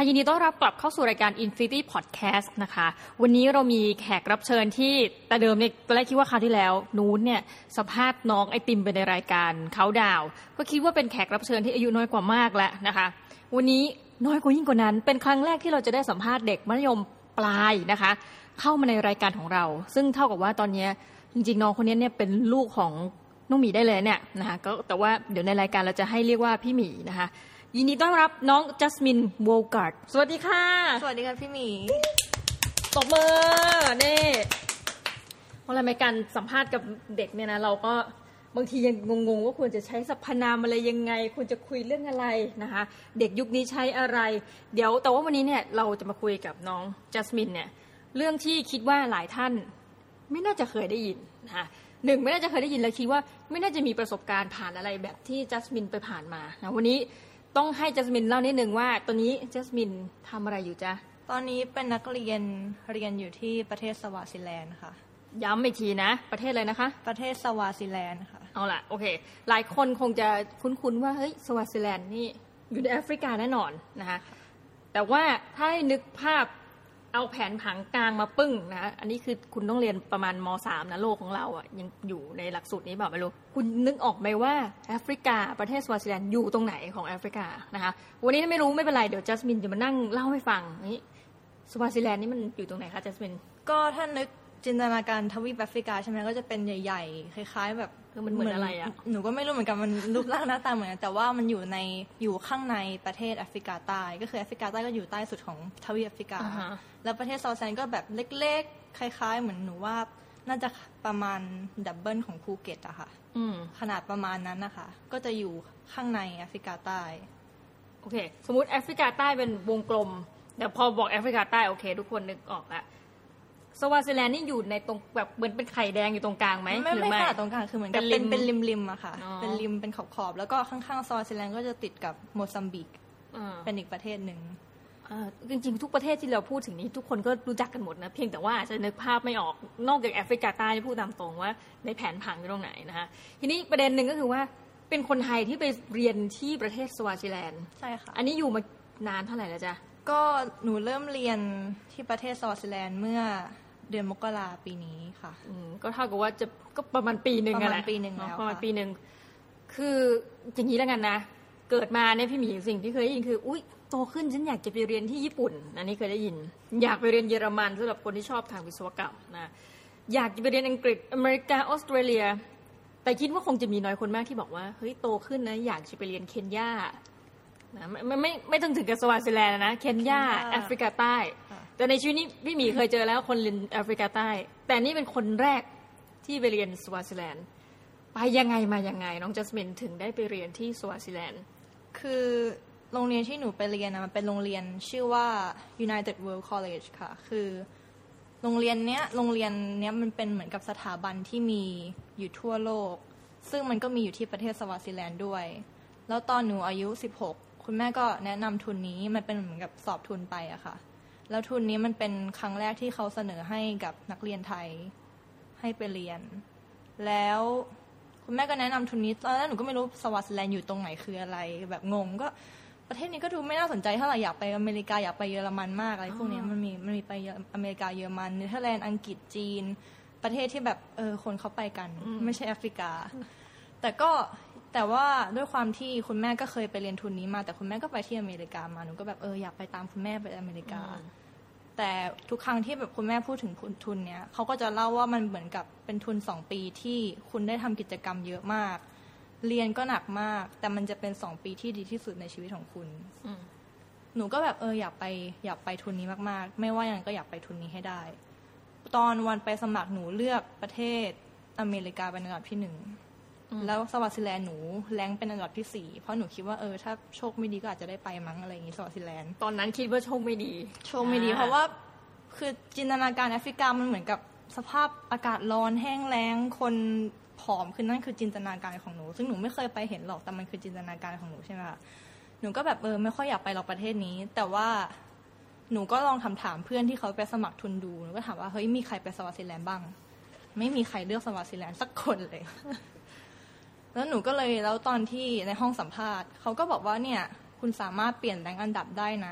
ยินดีต้อนรับกลับเข้าสู่รายการ Infinity Podcast นะคะวันนี้เรามีแขกรับเชิญที่แต่เดิมเนี่ยตอนแรกคิดว่าคราวที่แล้วนู้นเนี่ยสัมภาษณ์น้องไอติมไปในรายการเขาดาวก็คิดว่าเป็นแขกรับเชิญที่อายุน้อยกว่ามากแล้วนะคะวันนี้น้อยกว่ายิ่งกว่านั้นเป็นครั้งแรกที่เราจะได้สัมภาษณ์เด็กมัธยมปลายนะคะเข้ามาในรายการของเราซึ่งเท่ากับว่าตอนนี้จริงๆน้องคนนี้เนี่ยเป็นลูกของน้องหมีได้เลยเนี่ยนะคะก็แต่ว่าเดี๋ยวในรายการเราจะให้เรียกว่าพี่หมีนะคะยินดีต้อนรับน้องจัสมินโวลการ์ดสวัสดีค่ะสวัสดีค่ะพี่หมีตบมือนี่เวลาในการสัมภาษณ์กับเด็กเนี่ยนะเราก็บางทียังงงๆว่าควรจะใช้สรรพนามอะไรยังไงควรจะคุยเรื่องอะไรนะคะเด็กยุคนี้ใช้อะไรเดี๋ยวแต่ว่าวันนี้เนี่ยเราจะมาคุยกับน้องจัสมินเนี่ยเรื่องที่คิดว่าหลายท่านไม่น่าจะเคยได้ยินนะคะหนึ่งไม่น่าจะเคยได้ยินและคิดว่าไม่น่าจะมีประสบการณ์ผ่านอะไรแบบที่จัสมินไปผ่านมานะวันนี้ต้องให้จัสมินเล่านิดนึงว่าตอนนี้จัสมินทำอะไรอยู่จ๊ะตอนนี้เป็นนักเรียนอยู่ที่ประเทศสวาซิแลนด์ค่ะย้ำอีกทีนะประเทศอะไรนะคะประเทศสวาซิแลนด์ค่ะเอาล่ะโอเคหลายคนคงจะคุ้นๆว่าเฮ้ยสวาซิแลนด์นี่อยู่ในแอฟริกาแน่นอนนะคะแต่ว่าถ้าให้นึกภาพเอาแผนผังกลางมาปึ้งนะอันนี้คือคุณต้องเรียนประมาณม.3 นะโลกของเราอ่ะยังอยู่ในหลักสูตรนี้แบบไม่รู้คุณนึกออกไหมว่าแอฟริกาประเทศสวาซิแลนด์อยู่ตรงไหนของแอฟริกานะคะวันนี้ถ้าไม่รู้ไม่เป็นไรเดี๋ยวจัสมินจะมานั่งเล่าให้ฟังนี่สวาซิแลนด์นี่มันอยู่ตรงไหนคะจัสมินก็ถ้านึกจินตนาการทวีปแอฟริกาใช่ไหมก็จะเป็นใหญ่ๆคล้ายๆแบบมันเหมือนอะไรอ่ะหนูก็ไม่รู้เหมือนกันมันรูปร่างหน้าตาเหมือนแต่ว่ามันอยู่ข้างในประเทศแอฟริกาใต้ก็คือแอฟริกาใต้ก็อยู่ใต้สุดของทวีปแอฟริกา แล้วประเทศซาอุแซนก็แบบเล็กๆคล้ายๆเหมือนหนูว่าน่าจะประมาณดับเบิลของภูเก็ตอะค่ะขนาดประมาณนั้นนะคะก็จะอยู่ข้างในแอฟริกาใต้โอเคสมมุติแอฟริกาใต้เป็นวงกลมแต่พอบอกแอฟริกาใต้โอเคทุกคนนึกออกละสวาซิแลนด์นี่อยู่ในตรงแบบเหมือนเป็นไข่แดงอยู่ตรงกลางไหมไม่ขนาดตรงกลางคือเหมือนกับเป็นริมๆอะค่ะเป็นริมเป็นขอบๆแล้วก็ข้างๆสวาซิแลนด์ก็จะติดกับโมซัมบิกเป็นอีกประเทศหนึ่งจริงๆทุกประเทศที่เราพูดถึงนี้ทุกคนก็รู้จักกันหมดนะเพียงแต่ว่าอาจจะนึกภาพไม่ออกนอกจากแอฟริกาใต้ที่พูดตามตรงว่าในแผนผังอยู่ตรงไหนนะคะทีนี้ประเด็นหนึ่งก็คือว่าเป็นคนไทยที่ไปเรียนที่ประเทศสวาซิแลนด์ใช่ค่ะอันนี้อยู่มานานเท่าไหร่แล้วจ๊ะก็หนูเริ่มเรียนที่ประเทศสวาซิแลนด์เมื่อเดือนมกราปีนี้ค่ะก็เท่ากับว่าจะก็ประมาณปีนึงประมาณปีนึงแล้วประมาณปีนึงคืออย่างนี้แล้วกันนะเกิดมาเนี่ยพี่หมีสิ่งที่เคยได้ยินคืออุ๊ยโตขึ้นฉันอยากจะไปเรียนที่ญี่ปุ่นอันนี้เคยได้ยินอยากไปเรียนเยอรมันสำหรับคนที่ชอบทางวิศวกรรมนะอยากจะไปเรียนอังกฤษอเมริกาออสเตรเลียแต่คิดว่าคงจะมีน้อยคนมากที่บอกว่าเฮ้ยโตขึ้นนะอยากจะไปเรียนเคนยานะไม่ต้องถึงกับสวาซิแลนด์นะเคนยาแอฟริกาใต้แต่ในชีวิตนี้พี่หมีเคยเจอแล้วคนเรียนแอฟริกาใต้แต่นี่เป็นคนแรกที่ไปเรียนสวาซิแลนด์ไปยังไงมายังไงน้องจัสมินถึงได้ไปเรียนที่สวาซิแลนด์คือโรงเรียนที่หนูไปเรียนนะมันเป็นโรงเรียนชื่อว่า United World College ค่ะคือโรงเรียนเนี้ยมันเป็นเหมือนกับสถาบันที่มีอยู่ทั่วโลกซึ่งมันก็มีอยู่ที่ประเทศสวาซิแลนด์ด้วยแล้วตอนหนูอายุ16คุณแม่ก็แนะนำทุนนี้มันเป็นเหมือนกับสอบทุนไปอะค่ะแล้วทุนนี้มันเป็นครั้งแรกที่เขาเสนอให้กับนักเรียนไทยให้ไปเรียนแล้วคุณแม่ก็แนะนำทุนนี้ตอนแรกหนูก็ไม่รู้สวาซิแลนด์อยู่ตรงไหนคืออะไรแบบงงก็ประเทศนี้ก็ดูไม่น่าสนใจเท่าไหร่อยากไปอเมริกาอยากไปเยอรมันมากอะไรพวกนี้มันมีไปอเมริกาเยอรมันเนเธอร์แลนด์อังกฤษจีนประเทศที่แบบคนเขาไปกันไม่ใช่แอฟริกาแต่ว่าด้วยความที่คุณแม่ก็เคยไปเรียนทุนนี้มาแต่คุณแม่ก็ไปที่อเมริกามาหนูก็แบบอยากไปตามคุณแม่ไปอเมริกาแต่ทุกครั้งที่แบบคุณแม่พูดถึงทุนเนี้ยเขาก็จะเล่าว่ามันเหมือนกับเป็นทุน2 ปีที่คุณได้ทำกิจกรรมเยอะมากเรียนก็หนักมากแต่มันจะเป็น2 ปีที่ดีที่สุดในชีวิตของคุณหนูก็แบบอยากไปทุนนี้มากๆไม่ว่าอย่างก็อยากไปทุนนี้ให้ได้ตอนวันไปสมัครหนูเลือกประเทศอเมริกาเป็นอันดับที่1แล้วสวาซิแลนด์หนูแรงเป็นอันดับที่4เพราะหนูคิดว่าถ้าโชคไม่ดีก็อาจจะได้ไปมั้งอะไรอย่างงี้สวาซิแลนด์ตอนนั้นคิดว่าโชคไม่ดีเพราะว่าคือจินตนาการแอฟริกามันเหมือนกับสภาพอากาศร้อนแห้งแล้งคนผอมคือนั่นคือจินตนาการของหนูซึ่งหนูไม่เคยไปเห็นหรอกแต่มันคือจินตนาการของหนูใช่ไหมคะหนูก็แบบไม่ค่อยอยากไปหรอกประเทศนี้แต่ว่าหนูก็ลองถามเพื่อนที่เขาไปสมัครทุนดูหนูก็ถามว่าเฮ้ยมีใครไปสวาซิแลนด์บ้างไม่มีใครเลือกสวาซิแลนด์สักคนเลย แล้วหนูก็เลยแล้วตอนที่ในห้องสัมภาษณ์เขาก็บอกว่าเนี่ยคุณสามารถเปลี่ยนแรงอันดับได้นะเป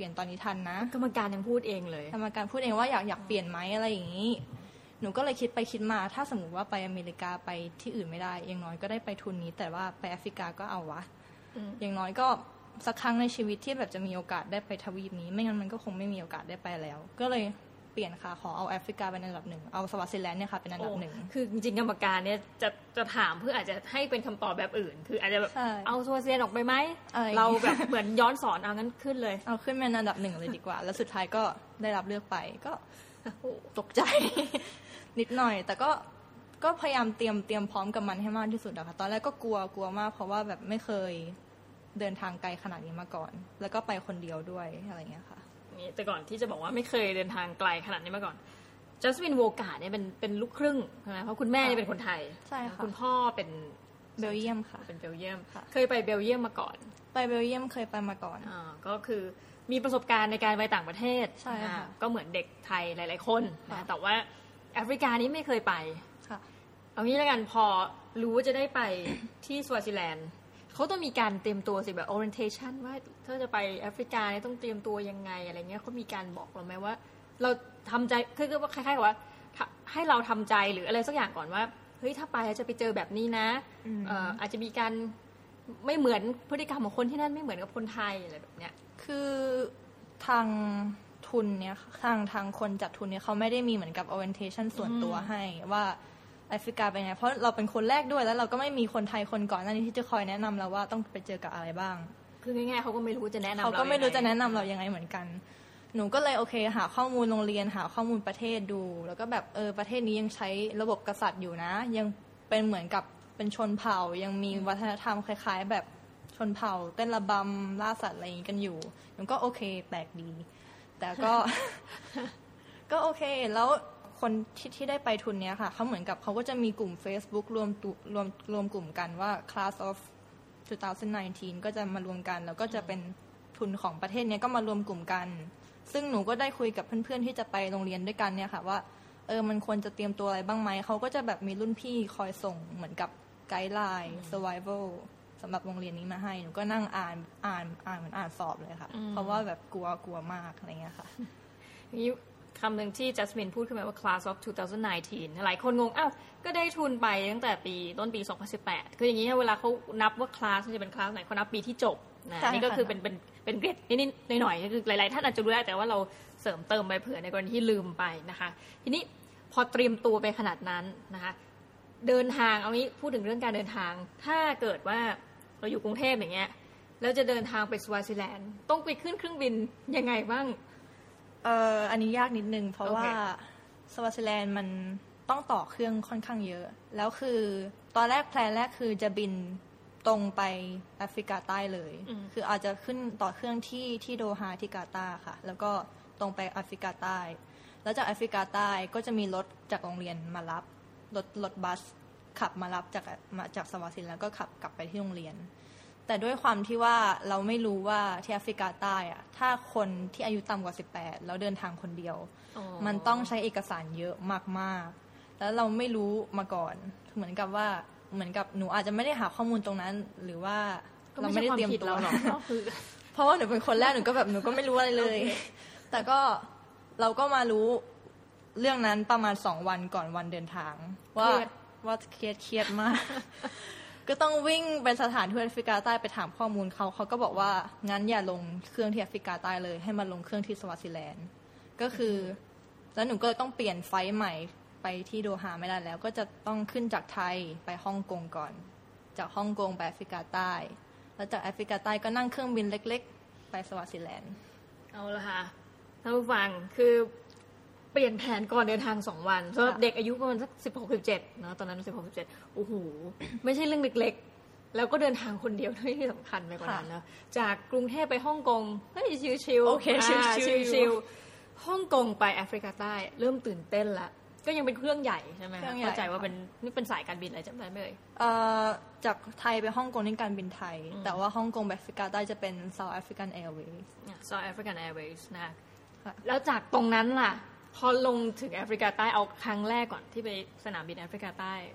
ลี่ยนตอนนี้ทันนะกรรมการยังพูดเองเลยกรรมการพูดเองว่าอยากเปลี่ยนไหมอะไรอย่างนี้หนูก็เลยคิดไปคิดมาถ้าสมมติว่าไปอเมริกาไปที่อื่นไม่ได้อย่างน้อยก็ได้ไปทุนนี้แต่ว่าไปแอฟริกาก็เอาวะอย่างน้อยก็สักครั้งในชีวิตที่แบบจะมีโอกาสได้ไปทวีปนี้ไม่งั้นมันก็คงไม่มีโอกาสได้ไปแล้วก็เลยเปลี่ยนค่ะขอเอาแอฟริกาเป็นอันดับหนึ่งเอาสวาซิแลนด์เนี่ยค่ะเป็นอันดับหนึ่งคือจริงๆกรรมการเนี่ยจะถามเพื่ออาจจะให้เป็นคำตอบแบบอื่นคืออาจจะแบบเอาสวาซิแลนด์ออกไปไหมเราแบบเหมือนย้อนสอนเอางั้นขึ้นเลยเอาขึ้นเป็นอันดับหนึ่งเลยดีกว่าแล้วสุดท้ายก็ได้รับเลือกไปก็ตกใจนิดหน่อยแต่ก็พยายามเตรียมพร้อมกับมันให้มากที่สุดอะค่ะตอนแรกก็กลัวมากเพราะว่าแบบไม่เคยเดินทางไกลขนาดนี้มาก่อนแล้วก็ไปคนเดียวด้วยอะไรเงี้ยค่ะแต่ก่อนที่จะบอกว่าไม่เคยเดินทางไกลขนาดนี้มาก่อนจัสมินโวกาดเนี่ยเป็นลูกครึ่งใช่ไหมเพราะคุณแม่เนี่ยเป็นคนไทยใช่ค่ะคุณพ่อเป็นเบลเยียมค่ะเป็นเบลเยียมเคยไปเบลเยียมมาก่อนไปเบลเยียมเคยไปมาก่อนก็คือมีประสบการณ์ในการไปต่างประเทศใช่ค่ะก็เหมือนเด็กไทยหลายๆคนนะแต่ว่าแอฟริกานี้ไม่เคยไปเอางี้แล้วกันพอรู้ว่าจะได้ไปที่สวาซิแลนด์เขาต้องมีการเตรียมตัวสิแบบ orientation ว่าถ้าจะไปแอฟริกาเนี่ยต้องเตรียมตัวยังไงอะไรเงี้ยเขามีการบอกเราไหมว่าเราทำใจคือว่าคล้ายๆกับว่าให้เราทำใจหรืออะไรสักอย่างก่อนว่าเฮ้ยถ้าไปจะไปเจอแบบนี้นะอาจจะมีการไม่เหมือนพฤติกรรมของคนที่นั่นไม่เหมือนกับคนไทยอะไรแบบเนี้ยคือทางทุนเนี่ยทางคนจัดทุนเนี่ยเขาไม่ได้มีเหมือนกับ orientation ส่วนตัวให้ว่าแอฟริกาเป็นไงเพราะเราเป็นคนแรกด้วยแล้วเราก็ไม่มีคนไทยคนก่อนหน้านี้ที่จะคอยแนะนำเราว่าต้องไปเจอกับอะไรบ้างคือง่ายๆเขาก็ไม่รู้จะแนะนำเขาก็ไม่รู้จะแนะนำเรายังไงเหมือนกันหนูก็เลยโอเคหาข้อมูลโรงเรียนหาข้อมูลประเทศดูแล้วก็แบบประเทศนี้ยังใช้ระบบกษัตริย์อยู่นะยังเป็นเหมือนกับเป็นชนเผ่ายังมีวัฒนธรรมคล้ายๆแบบชนเผ่าเต้นระบำล่าสัตว์อะไรอย่างนี้กันอยู่หนูก็โอเคแปลกดีแต่ก็ ก็โอเคแล้วคนที่ได้ไปทุนเนี้ยค่ะเขาเหมือนกับเขาก็จะมีกลุ่ม Facebook รวมกลุ่มกันว่า Class of 2019 ก็จะมารวมกันแล้วก็จะเป็นทุนของประเทศนี้ก็มารวมกลุ่มกันซึ่งหนูก็ได้คุยกับเพื่อนๆที่จะไปโรงเรียนด้วยกันเนี่ยค่ะว่ามันควรจะเตรียมตัวอะไรบ้างไหมเขาก็จะแบบมีรุ่นพี่คอยส่งเหมือนกับไกด์ไลน์ survival สำหรับโรงเรียนนี้มาให้หนูก็นั่งอ่านเหมือนอ่านสอบเลยค่ะเพราะว่าแบบกลัวมากอะไรเงี้ยค่ะนี่คำหนึ่งที่จัสมินพูดขึ้นมาว่า Class of 2019 หลายคนงงก็ได้ทุนไปตั้งแต่ต้นปี 2018 คืออย่างนี้เวลาเขานับว่าคลาสจะเป็นคลาสไหนเขานับปีที่จบนะนี่ก็คือเป็นเกรดนิดๆหน่อยๆคือหลายๆท่านอาจจะรู้ได้แต่ว่าเราเสริมเติมไปเผื่อในกรณีที่ลืมไปนะคะทีนี้พอเตรียมตัวไปขนาดนั้นนะคะเดินทางเอางี้พูดถึงเรื่องการเดินทางถ้าเกิดว่าเราอยู่กรุงเทพอย่างเงี้ยแล้วจะเดินทางไปสวาซิแลนด์ต้องไปขึ้นเครื่องบินยังไงบ้างอันนี้ยากนิดนึงเพราะว่าสวาซิแลนด์มันต้องต่อเครื่องค่อนข้างเยอะแล้วคือตอนแรกแพลนแรกคือจะบินตรงไปแอฟริกาใต้เลยคืออาจจะขึ้นต่อเครื่องที่โดฮาที่กาตาร์ค่ะแล้วก็ตรงไปแอฟริกาใต้แล้วจากแอฟริกาใต้ก็จะมีรถจากโรงเรียนมารับรถบัสขับมารับจากสวาซิแลนด์แล้วก็ขับกลับไปที่โรงเรียนแต่ด้วยความที่ว่าเราไม่รู้ว่าที่แอฟริกาใต้อะถ้าคนที่อายุต่ำกว่า18แล้วเดินทางคนเดียวมันต้องใช้เอกสารเยอะมากๆแล้วเราไม่รู้มาก่อนเหมือนกับหนูอาจจะไม่ได้หาข้อมูลตรงนั้นหรือว่าเราไม่ได้เตรียมตัวหรอกเพราะว่าหนูเป็นคนแรกหนูก็ไม่รู้อะไรเลยแต่ก็เราก็มารู้เรื่องนั้นประมาณ2 วันก่อนวันเดินทางว่าเครียดมากก็ต้องวิ่งไปสถานทูตแอฟริกาใต้ไปถามข้อมูลเขาก็บอกว่างั้นอย่าลงเครื่องที่แอฟริกาใต้เลยให้มาลงเครื่องที่สวาซิแลนด์ก็คือแล้วหนูก็เลยต้องเปลี่ยนไฟล์ใหม่ไปที่โดฮาไม่ได้แล้วก็จะต้องขึ้นจากไทยไปฮ่องกงก่อนจากฮ่องกงไปแอฟริกาใต้แล้วจากแอฟริกาใต้ก็นั่งเครื่องบินเล็กๆไปสวาซิแลนด์เอาละค่ะท่านผู้ฟังคือเปลี่ยนแผนก่อนเดินทาง2 วันสำหรับเด็กอายุประมาณสัก16-17เนาะตอนนั้น16-17โอ้โหไม่ใช่เรื่องเล็กๆแล้วก็เดินทางคนเดียวด้วยที่สำคัญไปกว่านั้นนะจากกรุงเทพไปฮ่องกงเฮ้ยชิลๆโอเคชิลๆฮ่องกงไปแอฟริกาใต้เริ่มตื่นเต้นละก็ยังเป็นเครื่องใหญ่ใช่ไหมเข้าใจว่านี่เป็นสายการบินอะไรจำได้ไหมจากไทยไปฮ่องกงนี่การบินไทยแต่ว่าฮ่องกงไปแอฟริกาใต้จะเป็น South African Airways South African Airways นะแล้วจากตรงนั้นล่ะพอลงถึงแอฟริกาใต้เอาครั้งแรกก่อนที่ไปสนามบินแอฟริกาใต้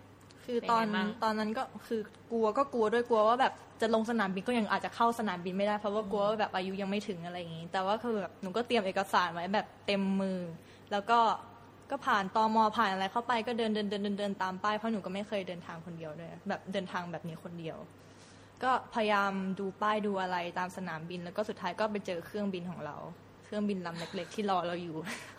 คือตอนนั้นก็คือกลัวด้วยกลัวว่าแบบจะลงสนามบินก็ยังอาจจะเข้าสนามบินไม่ได้เพราะว่ากลัวว่าแบบอายุยังไม่ถึงอะไรอย่างงี้แต่ว่าคือแบบหนูก็เตรียมเอกสารไว้แบบเต็มมือแล้วก็ผ่านตม.ผ่านอะไรเข้าไปก็เดินตามป้ายเพราะหนูก็ไม่เคยเดินทางคนเดียวด้วยแบบเดินทางแบบนี้คนเดียวก็พยายามดูป้ายดูอะไรตามสนามบินแล้วก็สุดท้ายก็ไปเจอเครื่องบินของเราเครื่องบินลำเล็กๆที่รอเราอยู่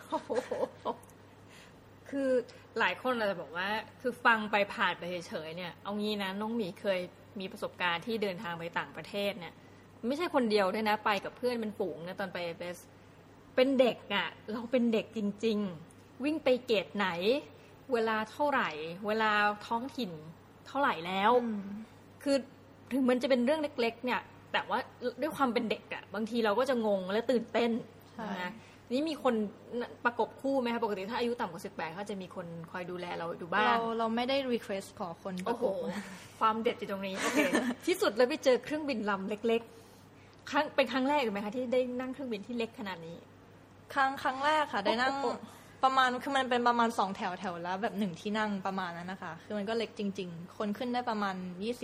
คือหลายคนอาจจะบอกว่าคือฟังไปผ่านไปเฉยๆเนี่ยเอางี้นะน้องหมีเคยมีประสบการณ์ที่เดินทางไปต่างประเทศเนี่ยไม่ใช่คนเดียวด้วยนะไปกับเพื่อนเป็นฝูงนะตอนไปเอเอสเป็นเด็กอ่ะเราเป็นเด็กจริงๆวิ่งไปเกตไหนเวลาเท่าไหร่เวลาท้องถิ่นเท่าไหร่แล้วคือถึงมันจะเป็นเรื่องเล็กๆเนี่ยแต่ว่าด้วยความเป็นเด็กอ่ะบางทีเราก็จะงงและตื่นเต้นนะนี่มีคนประกบคู่ไหมคะปกติถ้าอายุต่ำกว่า18เขาจะมีคนคอยดูแลเราดูบ้างเราไม่ได้ request ขอคนประกบความเด็ดอยู่ตรงนี้โอเค ที่สุดแล้วไปเจอเครื่องบินลำเล็กๆเป็นครั้งแรกหรือไหมคะที่ได้นั่งเครื่องบินที่เล็กขนาดนี้ครั้งแรกค่ะได้นั่งประมาณคือมันเป็นประมาณ2แถวแล้วแบบ1ที่นั่งประมาณนั้นนะคะคือมันก็เล็กจริงๆคนขึ้นได้ประมาณ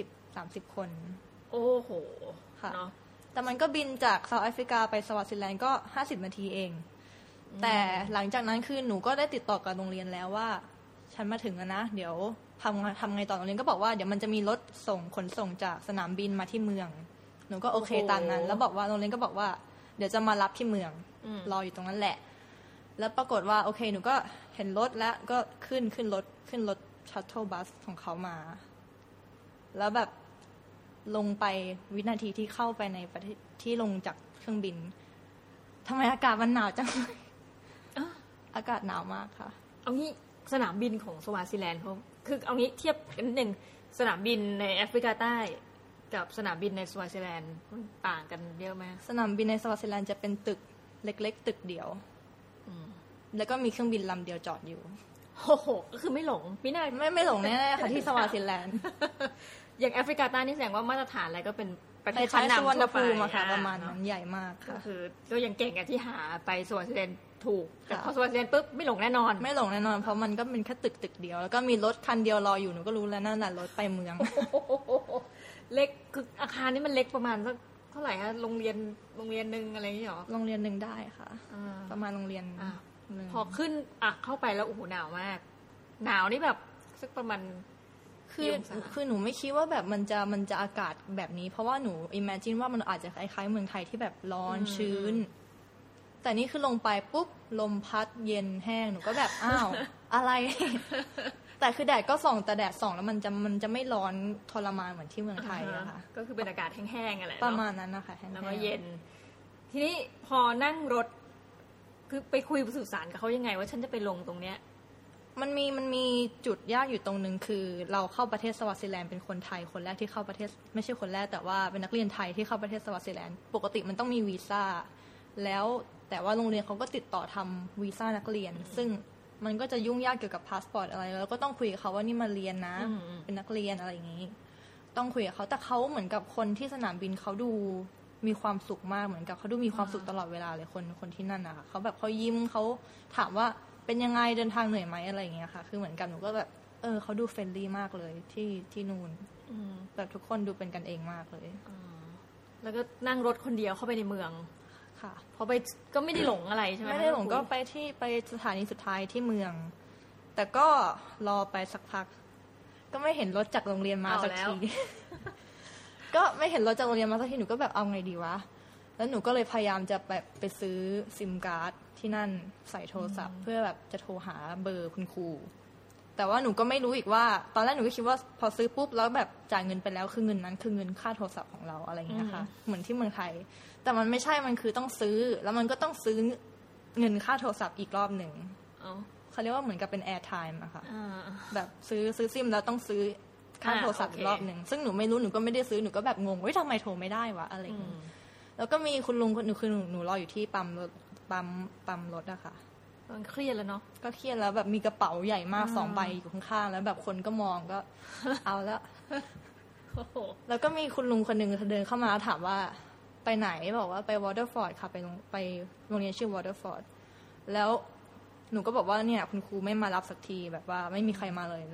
20-30 คนโอ้โหค่ะแต่มันก็บินจากเซาท์แอฟริกาไปสวาซิแลนด์ก็50 นาทีเองแต่หลังจากนั้นคือหนูก็ได้ติดต่อกับโรงเรียนแล้วว่าฉันมาถึงแล้วนะเดี๋ยวทำไงต่อโรงเรียนก็บอกว่าเดี๋ยวมันจะมีรถขนส่งจากสนามบินมาที่เมืองหนูก็โอเคตามนั้นแล้วบอกว่าโรงเรียนก็บอกว่าเดี๋ยวจะมารับที่เมืองรออยู่ตรงนั้นแหละแล้วปรากฏว่าโอเคหนูก็เห็นรถแล้วก็ขึ้นรถชัตเทิลบัสของเขามาแล้วแบบลงไปวินาทีที่เข้าไปในประเทศที่ลงจากเครื่องบินทำไมอากาศมันหนาวจังเลยอากาศหนาวมากค่ะเอางี้สนามบินของสวาซิแลนด์เขาคือเอางี้เทียบกันนิดนึงสนามบินในแอฟริกาใต้กับสนามบินในสวาซิแลนด์ต่างกันเยอะไหมสนามบินในสวาซิแลนด์จะเป็นตึกเล็กๆตึกเดียวแล้วก็มีเครื่องบินลำเดียวจอดอยู่โอ้โหก็คือไม่หลงไม่หลงแน่ๆค่ะที่สวาซิแลนด์อย่างแอฟริกาใต้นี่แสดงว่ามาตรฐานอะไรก็เป็นประเทศชั้นนำทั่วไปค่ะประมาณนั้นใหญ่มากค่ะคือก็ยังเก่งที่หาไปสวาซิแลนด์ถูกแต่พอสวาซิแลนด์ปุ๊บไม่หลงแน่นอนเพราะมันก็เป็นแค่ตึกเดียวแล้วก็มีรถคันเดียวรออยู่หนูก็รู้แล้วนั่นแหละรถไปเมืองเล็กคืออาคารนี้มันเล็กประมาณสักเท่าไหร่คะโรงเรียนนึงอะไรอย่างนี้หรอโรงเรียนนึงได้ค่ะประมาณโรงเรียนพอขึ้นเข้าไปแล้วโอ้โหหนาวมากหนาวนี่แบบสักประมาณคือหนูไม่คิดว่าแบบมันจะอากาศแบบนี้เพราะว่าหนู imagine ว่ามันอาจจะคล้ายๆเมืองไทยที่แบบร้อนชื้นแต่นี่คือลงไปปุ๊บลมพัดเย็นแห้งหนูก็แบบอ้าวอะไร แต่คือแดดก็ส่องแต่แดดส่องแล้วมันจะไม่ร้อนทรมานเหมือนที่เมืองไทยอะค่ะก็คือเป็นอากาศแห้งๆอะไรประมาณนั้นนะคะแล้วก็เย็นทีนี้พอนั่งรถคือไปคุยสื่อสารกับเขายังไงว่าฉันจะไปลงตรงเนี้ยมันมีจุดยากอยู่ตรงนึงคือเราเข้าประเทศสวาซิแลนด์เป็นคนไทยคนแรกที่เข้าประเทศไม่ใช่คนแรกแต่ว่าเป็นนักเรียนไทยที่เข้าประเทศสวาซิแลนด์ปกติมันต้องมีวีซ่าแล้วแต่ว่าโรงเรียนเขาก็ติดต่อทำวีซ่านักเรียนซึ่งมันก็จะยุ่งยากเกี่ยวกับพาสปอร์ตอะไรแล้วก็ต้องคุยกับเขาว่านี่มาเรียนนะเป็นนักเรียนอะไรอย่างนี้ต้องคุยกับเขาแต่เขาเหมือนกับคนที่สนามบินเขาดูมีความสุขมากเหมือนกับเขาดูมีความสุขตลอดเวลาเลยคนที่นั่นนะคะเขาแบบเขายิ้มเขาถามว่าเป็นยังไงเดินทางเหนื่อยไหมอะไรอย่างเงี้ยค่ะคือเหมือนกันหนูก็แบบเขาดูเฟรนลี่มากเลยที่นู่นแบบทุกคนดูเป็นกันเองมากเลยแล้วก็นั่งรถคนเดียวเข้าไปในเมืองค่ะพอไปก็ไม่ได้หลงอะไรใช่ไหมไม่ได้หลงก็ไปสถานีสุดท้ายที่เมืองแต่ก็รอไปสักพักก็ไม่เห็นรถจากโรงเรียนมาสักที ก็ไม่เห็นรถจากโรงเรียนมาสักทีหนูก็แบบเอาไงดีวะแล้วหนูก็เลยพยายามจะแบบไปซื้อซิมการ์ดที่นั่นใส่โทรศัพท์เพื่อแบบจะโทรหาเบอร์คุณครูแต่ว่าหนูก็ไม่รู้อีกว่าตอนแรกหนูก็คิดว่าพอซื้อปุ๊บแล้วแบบจ่ายเงินไปแล้วคือเงินนั้นคือเงินค่าโทรศัพท์ของเราอะไรอย่างเงี้ยค่ะเหมือนที่เมืองไทยแต่มันไม่ใช่มันคือต้องซื้อแล้วมันก็ต้องซื้อเงินค่าโทรศัพท์อีกรอบหนึ่งเขาเรียกว่าเหมือนกับเป็นแอร์ไทม์อะค่ะแบบซื้อซิมแล้วต้องซื้อค่าโทรศัพท์อีกรอบหนึ่งซึ่งหนูไม่รู้หนูก็ไม่ได้ซื้อหนูก็แบบงงว่าทำไมโทรไม่ได้วะอะไรอย่างเงี้ยแล้วก็มีคุณลุงคนหนึ่งคือหนูรออยู่ที่ปั๊มรถอะค่ะมันเครียดแล้วเนาะก็เครียดแล้วแบบมีกระเป๋าใหญ่มาก2 ใบอยู่ข้างๆแล้วแบบคนก็มองก็เอาแล้วแล้วก็มีคุณลุงคนหนึ่งเดินเข้ามาถามว่าไปไหนบอกว่าไปวอเตอร์ฟอร์ดค่ะไปโรงเรียนชื่อวอเตอร์ฟอร์ดแล้วหนูก็บอกว่าเนี่ยคุณครูไม่มารับสักทีแบบว่าไม่มีใครมาเลยแล้ว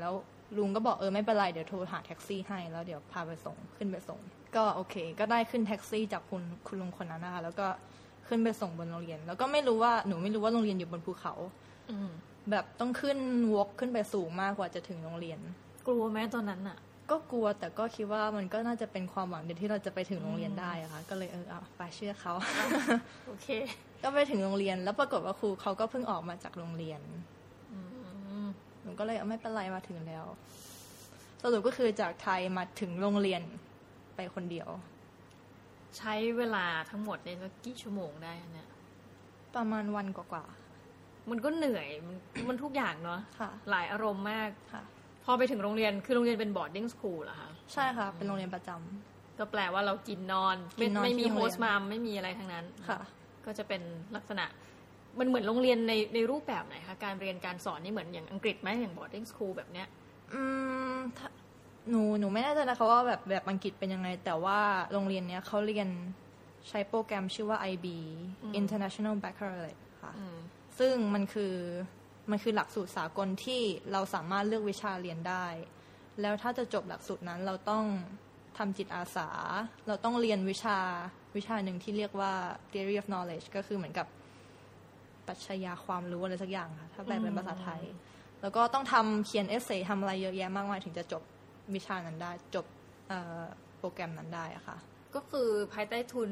ลุงก็บอกไม่เป็นไรเดี๋ยวโทรหาแท็กซี่ให้แล้วเดี๋ยวพาไปส่งขึ้นไปส่งก็โอเคก็ได้ขึ้นแท็กซี่จากคุณลุงคนนั้นนะคะแล้วก็ขึ้นไปส่งบนโรงเรียนแล้วก็ไม่รู้ว่าโรงเรียนอยู่บนภูเขาแบบต้องขึ้นวอล์กขึ้นไปสูงมากกว่าจะถึงโรงเรียนกลัวไหมตอนนั้นอ่ะก็กลัวแต่ก็คิดว่ามันก็น่าจะเป็นความหวังเดียวที่เราจะไปถึงโรงเรียนได้อะค่ะก็เลยเอาไปเชื่อเขาโอเคก็ไปถึงโรงเรียนแล้วปรากฏว่าครูเขาก็เพิ่งออกมาจากโรงเรียนหนูก็เลยไม่เป็นไรมาถึงแล้วสรุปก็คือจากไทยมาถึงโรงเรียนไปคนเดียวใช้เวลาทั้งหมดเนี่ยสักกี่ชั่วโมงได้เนี่ยประมาณวันกว่าๆมันก็เหนื่อยมันทุกอย่างเนาะหลายอารมณ์มากค่ะพอไปถึงโรงเรียนคือโรงเรียนเป็น boarding school เหรอคะใช่ค่ะเป็นโรงเรียนประจำก็แปลว่าเรากินนอนไม่มีโฮสต์มัมไม่มีอะไรทั้งนั้นค่ะก็จะเป็นลักษณะมันเหมือนโรงเรียนในรูปแบบไหนคะการเรียนการสอนนี่เหมือนอย่างอังกฤษไหมอย่าง boarding school แบบเนี้ยหนูไม่แน่ใจนะคะว่าแบบอังกฤษเป็นยังไงแต่ว่าโรงเรียนเนี้ยเขาเรียนใช้โปรแกรมชื่อว่า IB International Baccalaureate ค่ะซึ่งมันคือหลักสูตรสากลที่เราสามารถเลือกวิชาเรียนได้แล้วถ้าจะจบหลักสูตรนั้นเราต้องทำจิตอาสาเราต้องเรียนวิชาหนึ่งที่เรียกว่า theory of knowledge ก็คือเหมือนกับปรัชญาความรู้อะไรสักอย่างค่ะถ้าแปลเป็นภาษาไทยแล้วก็ต้องเขียนเอเซ่ทำอะไรเยอะแยะมากมายถึงจะจบวิชานั้นได้จบโปรแกรมนั้นได้อะค่ะก็คือภายใต้ทุน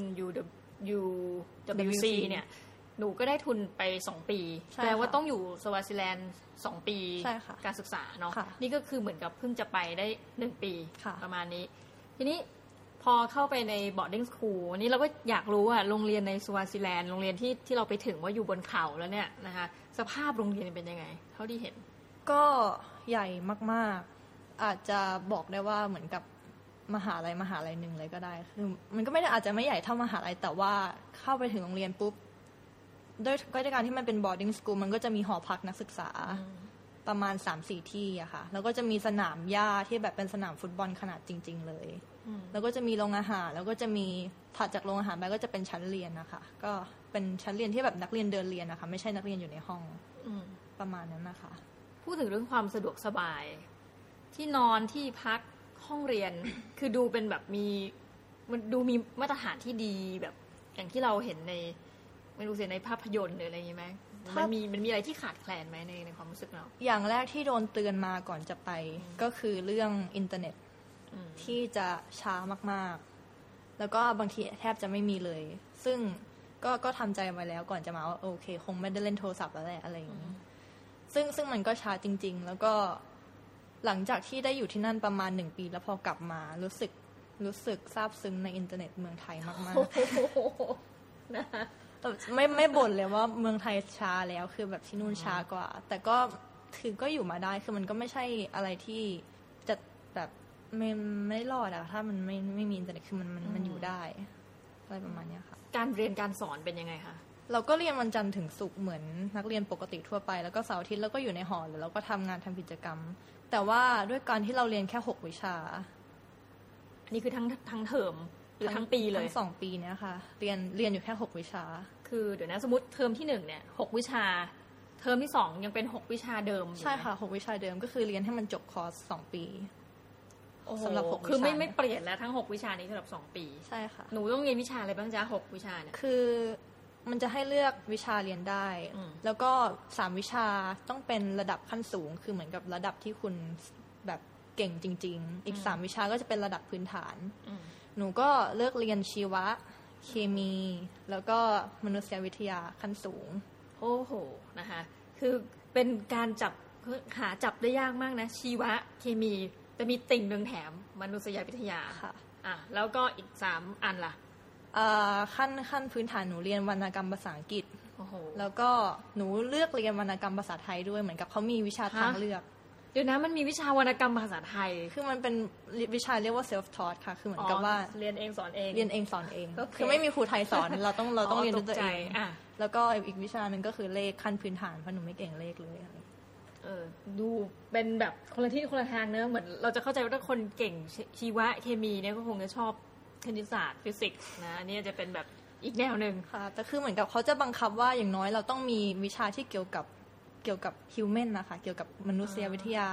UWC เนี่ยหนูก็ได้ทุนไป2ปีแปลว่าต้องอยู่สวาซิแลนด์2ปีการศึกษาเนาะนี่ก็คือเหมือนกับเพิ่งจะไปได้1ปีประมาณนี้ทีนี้พอเข้าไปใน boarding school วันนี้เราก็อยากรู้ว่าโรงเรียนในสวาซิแลนด์โรงเรียนที่เราไปถึงว่าอยู่บนเขาแล้วเนี่ยนะคะสภาพโรงเรียนเป็นยังไงเท่าที่เห็นก็ใหญ่มากๆอาจจะบอกได้ว่าเหมือนกับมหาลัยหนึ่งเลยก็ได้คือมันก็ไม่ได้อาจจะไม่ใหญ่เท่ามหาลัยแต่ว่าเข้าไปถึงโรงเรียนปุ๊บด้วยการที่มันเป็น boarding school มันก็จะมีหอพักนักศึกษาประมาณ 3-4 ที่อะค่ะแล้วก็จะมีสนามหญ้าที่แบบเป็นสนามฟุตบอลขนาดจริงๆเลยแล้วก็จะมีโรงอาหารแล้วก็จะมีถัดจากโรงอาหารไปก็จะเป็นชั้นเรียนนะคะก็เป็นชั้นเรียนที่แบบนักเรียนเดินเรียนนะคะไม่ใช่นักเรียนอยู่ในห้องประมาณนั้นนะคะพูดถึงเรื่องความสะดวกสบายที่นอนที่พักห้องเรียน คือดูเป็นแบบมันดูมีมาตรฐานที่ดีแบบอย่างที่เราเห็นในไม่รู้สิในภาพยนตร์หรืออะไรอย่างนี้ไหมมันมีอะไรที่ขาดแคลนไหมในความรู้สึกเราอย่างแรกที่โดนเตือนมาก่อนจะไปก็คือเรื่องอินเทอร์เน็ตที่จะช้ามากๆแล้วก็บางทีแทบจะไม่มีเลยซึ่งก็ทำใจไว้แล้วก่อนจะมาว่าโอเคคงไม่ได้เล่นโทรศัพท์แล้วแหละอะไรอย่างนี้ซึ่งมันก็ช้าจริงๆแล้วก็หลังจากที่ได้อยู่ที่นั่นประมาณ1ปีแล้วพอกลับมารู้สึกซาบซึ้งในอินเทอร์เน็ตเมืองไทยมากๆนะไม่บ่นเลยว่าเมืองไทยช้าแล้วคือแบบที่นู่นช้ากว่าแต่ก็คือก็อยู่มาได้คือมันก็ไม่ใช่อะไรที่จะแบบไม่รอดอะถ้ามันไม่มีอินเทอร์เน็ตคือมันอยู่ได้อะไรประมาณนี้ค่ะการเรียนการสอนเป็นยังไงคะเราก็เรียนวันจันทร์ถึงศุกร์เหมือนนักเรียนปกติทั่วไปแล้วก็เสาร์อาทิตย์เราก็อยู่ในหอแล้วก็ทำงานทำกิจกรรมแต่ว่าด้วยการที่เราเรียนแค่6วิชาอันนี้คือทั้งเทอมหรือทั้งปีเลยทั้ง2ปีเนี่ยค่ะเรียนอยู่แค่6วิชาคือเดี๋ยวนะสมมติเทอมที่1เนี่ย6วิชาเทอมที่2ยังเป็น6วิชาเดิมใช่ค่ะ6วิชาเดิมก็คือเรียนให้มันจบคอร์ส2ปีสำหรับ6วิชาคือไม่เปลี่ยนแล้วทั้ง6วิชานี้สำหรับ2ปีใช่ค่ะหนูต้องเรียนวิชาอะไรบ้างจ๊ะ6วิชาเนี่ยคือมันจะให้เลือกวิชาเรียนได้แล้วก็3วิชาต้องเป็นระดับขั้นสูงคือเหมือนกับระดับที่คุณแบบเก่งจริงๆอีก3วิชาก็จะเป็นระดับพื้นฐานหนูก็เลือกเรียนชีวะเคมีแล้วก็มนุษยวิทยาขั้นสูงโอ้โหนะคะคือเป็นการหาจับได้ยากมากนะชีวะเคมีแต่มีติ่งนึงแถมมนุษยวิทยาค่ะแล้วก็อีก3อันล่ะขั้นพื้นฐานหนูเรียนวรรณกรรมภาษาอังกฤษแล้วก็หนูเลือกเรียนวรรณกรรมภาษาไทยด้วยเหมือนกับเขามีวิชาทางเลือกเดี๋ยวนะมันมีวิชาวรรณกรรมภาษาไทยคือมันเป็นวิชาเรียกว่า self taught ค่ะคือเหมือนกับว่าเรียนเองสอนเองคือไม่มีครูไทยสอนเราต้องเรียนด้วยตัวเองแล้วก็อีกวิชานึงก็คือเลขขั้นพื้นฐานเพราะหนูไม่เก่งเลขเลยดูเป็นแบบคนละที่คนละทางเนอะเหมือนเราจะเข้าใจว่าถ้าคนเก่งชีวะเคมีเนี่ยก็คงจะชอบคณิตศาสตร์ฟิสิกส์นะอันนี้จะเป็นแบบอีกแนวนึงค่ะแต่คือเหมือนกับเขาจะบังคับว่าอย่างน้อยเราต้องมีวิชาที่เกี่ยวกับ human นะคะเกี่ยวกับมนุษยวิทยา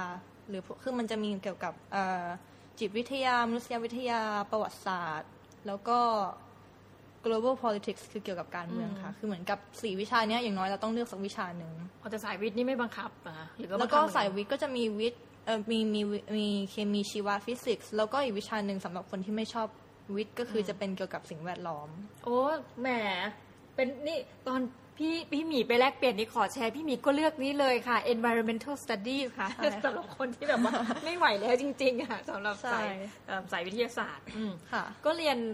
หรือคือมันจะมีเกี่ยวกับจิตวิทยามนุษยวิทยาประวัติศาสตร์แล้วก็ global politics คือเกี่ยวกับการเมืองค่ะคือเหมือนกับ4วิชาเนี้ยอย่างน้อยเราต้องเลือกสักวิชาหนึ่งแต่สายวิทย์นี่ไม่บังคับนะคะแล้วก็สายวิทย์ก็จะมีวิทย์มีเคมีชีวะฟิสิกส์แล้วก็อีกวิชาหนึ่งสำหรับคนที่ไม่ชอบวิทย์ก็คือจะเป็นเกี่ยวกับสิ่งแวดล้อมโอ้แหมเป็นนี่ตอนพี่หมีไปแลกเปลี่ยนนี่ขอแชร์พี่หมีก็เลือกนี้เลยค่ะ environmental studies ค่ะสำหรับคนที่แบบว่าไม่ไหวแล้วจริงๆค่ะสำหรับสายวิทยาศาสตร์ก็เรียน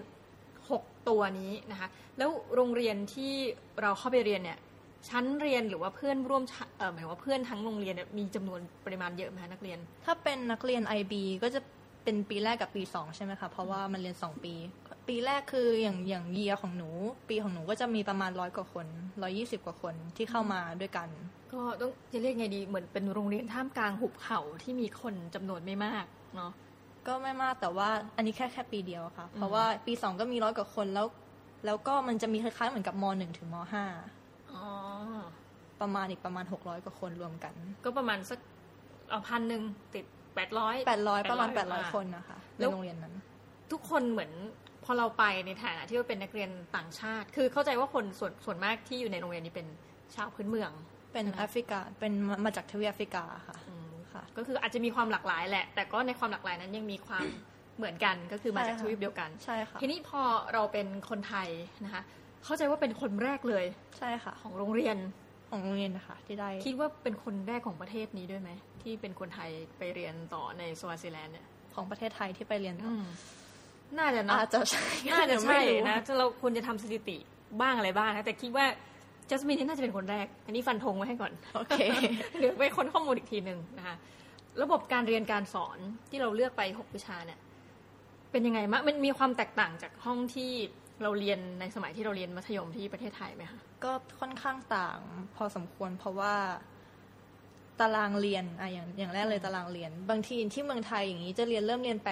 6ตัวนี้นะคะแล้วโรงเรียนที่เราเข้าไปเรียนเนี่ยชั้นเรียนหรือว่าเพื่อนร่วมหมายว่าเพื่อนทั้งโรงเรียนมีจำนวนปริมาณเยอะไหมนักเรียนถ้าเป็นนักเรียน IB ก็จะเป็นปีแรกกับปี2ใช่ไหมคะเพราะว่ามันเรียน2ปีแรกคืออย่างเยียของหนูปีของหนูก็จะมีประมาณ100กว่าคน120กว่าคนที่เข้ามาด้วยกันก็ต้องจะเรียกไงดีเหมือนเป็นโรงเรียนท่ามกลางหุบเขาที่มีคนจำนวนไม่มากเนาะก็ไม่มากแต่ว่าอันนี้แค่ปีเดียวค่ะเพราะว่าปี2ก็มี100กว่าคนแล้วก็มันจะมีคล้ายๆเหมือนกับม1ถึงม5ประมาณ600กว่าคนรวมกันก็ประมาณสัก1,000ติด800 ประมาณ800คนนะคะในโรงเรียนนั้นทุกคนเหมือนพอเราไปในฐานะที่ว่าเป็นนักเรียนต่างชาติคือเข้าใจว่าคนส่วนมากที่อยู่ในโรงเรียนนี้เป็นชาวพื้นเมืองเป็นแอฟริกาเป็นมาจากทวีปแอฟริกาค่ะก็คืออาจจะมีความหลากหลายแหละแต่ก็ในความหลากหลายนั้นยังมีความเหมือนกันก็คือมาจากทวีปเดียวกันใช่ค่ะทีนี้พอเราเป็นคนไทยนะคะเข้าใจว่าเป็นคนแรกเลยใช่ค่ะของโรงเรียนนะคะที่ได้คิดว่าเป็นคนแรกของประเทศนี้ด้วยไหมที่เป็นคนไทยไปเรียนต่อในสวาซิแลนด์เนี่ยของประเทศไทยที่ไปเรียนต่อน่าจะนะอาจจะใช่น่าจะใช่นะเราควรจะทำสถิติบ้างอะไรบ้างนะแต่คิดว่าจัสมินนี่น่าจะเป็นคนแรกอันนี้ฟันธงไว้ให้ก่อนโอเคเดี๋ยวไปค้นข้อมูลอีกทีนึงนะคะระบบการเรียนการสอนที่เราเลือกไป6วิชาเนี่ยเป็นยังไงมั้ยมันมีความแตกต่างจากห้องที่เราเรียนในสมัยที่เราเรียนมัธยมที่ประเทศไทยไหมคะก็ค่อนข้างต่างพอสมควรเพราะว่าตารางเรียนอย่างแรกเลยตารางเรียนบางทีที่เมืองไทยอย่างนี้จะเริ่มเรียน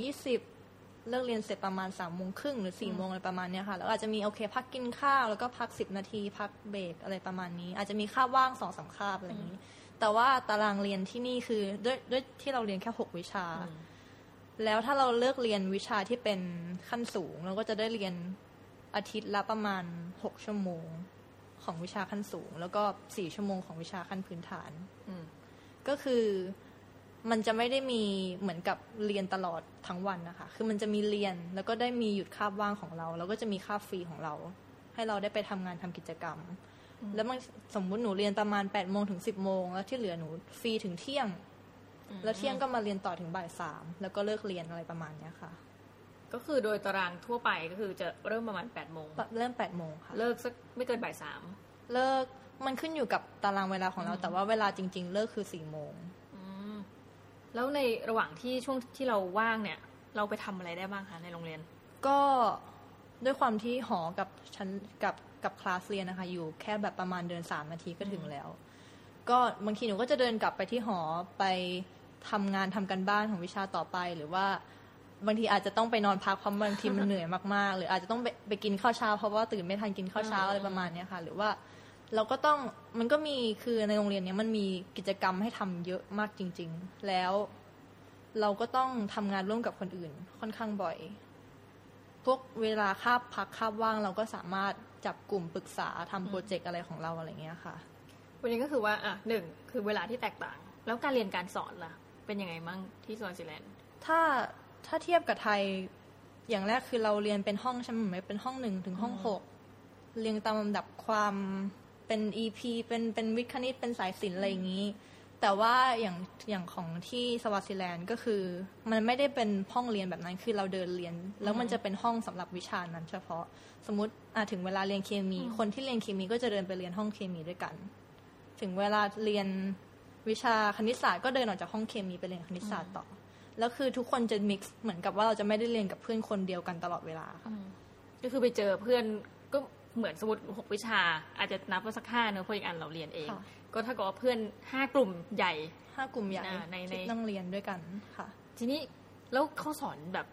8:20 เลิกเรียนเสร็จประมาณ 3:30 หรือ 4:00 อะไรประมาณนี้ค่ะแล้วอาจจะมีโอเคพักกินข้าวแล้วก็พัก10นาทีพักเบรกอะไรประมาณนี้อาจจะมีคาบว่าง 2-3 คาบอะไรอย่างนี้แต่ว่าตารางเรียนที่นี่คือด้วยที่เราเรียนแค่6วิชาแล้วถ้าเราเลิกเรียนวิชาที่เป็นขั้นสูงเราก็จะได้เรียนอาทิตย์ละประมาณ6ชั่วโมงของวิชาขั้นสูงแล้วก็4ชั่วโมงของวิชาขั้นพื้นฐานก็คือมันจะไม่ได้มีเหมือนกับเรียนตลอดทั้งวันนะคะคือมันจะมีเรียนแล้วก็ได้มีหยุดคาบว่างของเราแล้วก็จะมีคาบฟรีของเราให้เราได้ไปทำงานทำกิจกรรมแล้วสมมุติหนูเรียนประมาณ 8:00 ถึง 10:00 แล้วที่เหลือหนูฟรีถึงเที่ยงแล้วเที่ยงก็มาเรียนต่อถึงบ่าย 3แล้วก็เลิกเรียนอะไรประมาณนี้ค่ะก็คือโดยตารางทั่วไปก็คือจะเริ่มประมาณ 8:00 เริ่ม 8:00 ค่ะเลิกสักไม่เกินบ่าย 3เลิกมันขึ้นอยู่กับตารางเวลาของเราแต่ว่าเวลาจริงๆเลิกคือ 4:00 นแล้วในระหว่างที่ช่วงที่เราว่างเนี่ยเราไปทำอะไรได้บ้างคะในโรงเรียนก็ด้วยความที่หอกับชั้นกับคลาสเรียนนะคะอยู่แค่แบบประมาณเดิน3นาทีก็ถึงแล้วก็บางทีหนูก็จะเดินกลับไปที่หอไปทำงานทำกันบ้านของวิชาต่อไปหรือว่าบางทีอาจจะต้องไปนอนพักเพราะบางทีมันเหนื่อยมากๆหรืออาจจะต้องไปกินข้าวเช้าเพราะว่าตื่นไม่ทันกินข้าวเช้าอะไรประมาณนี้ค่ะหรือว่าเราก็ต้องมันก็มีคือในโรงเรียนนี้มันมีกิจกรรมให้ทำเยอะมากจริงๆแล้วเราก็ต้องทำงานร่วมกับคนอื่นค่อนข้างบ่อยพวกเวลาคาบพักคาบว่างเราก็สามารถจับกลุ่มปรึกษาทำโปรเจกต์อะไรของเราอะไรเงี้ยค่ะวันนี้ก็คือว่า1คือเวลาที่แตกต่างแล้วการเรียนการสอนล่ะเป็นยังไงมั่งที่สวิตเซอร์แลนด์ถ้าเทียบกับไทยอย่างแรกคือเราเรียนเป็นห้องใช่ไหมเป็นห้อง1ถึงห้อง6เรียงตามลำดับความเป็น EP เป็นวิทย์คณิตเป็นสายศิลป์อะไรอย่างนี้แต่ว่าอย่างของที่สวิตเซอร์แลนด์ก็คือมันไม่ได้เป็นห้องเรียนแบบนั้นคือเราเดินเรียนแล้วมันจะเป็นห้องสำหรับวิชานั้นเฉพาะสมมุติถึงเวลาเรียนเคมีคนที่เรียนเคมีก็จะเดินไปเรียนห้องเคมีด้วยกันถึงเวลาเรียนวิชาคณิตศาสตร์ก็เดินออกจากห้องเคมีไปเรียนคณิตศาสตร์ต่อแล้วคือทุกคนจะมิกซ์เหมือนกับว่าเราจะไม่ได้เรียนกับเพื่อนคนเดียวกันตลอดเวลาค่ะก็คือไปเจอเพื่อนก็เหมือนสมมุติ6วิชาอาจจะนับว่าสัก5เนอะเพราะอีกอันเราเรียนเองก็ถ้าเกิดว่าเพื่อน5กลุ่มใหญ่ 5กลุ่มใหญ่ที่นั่งเรียนด้วยกันค่ะทีนี้แล้วเขาสอนแบบพ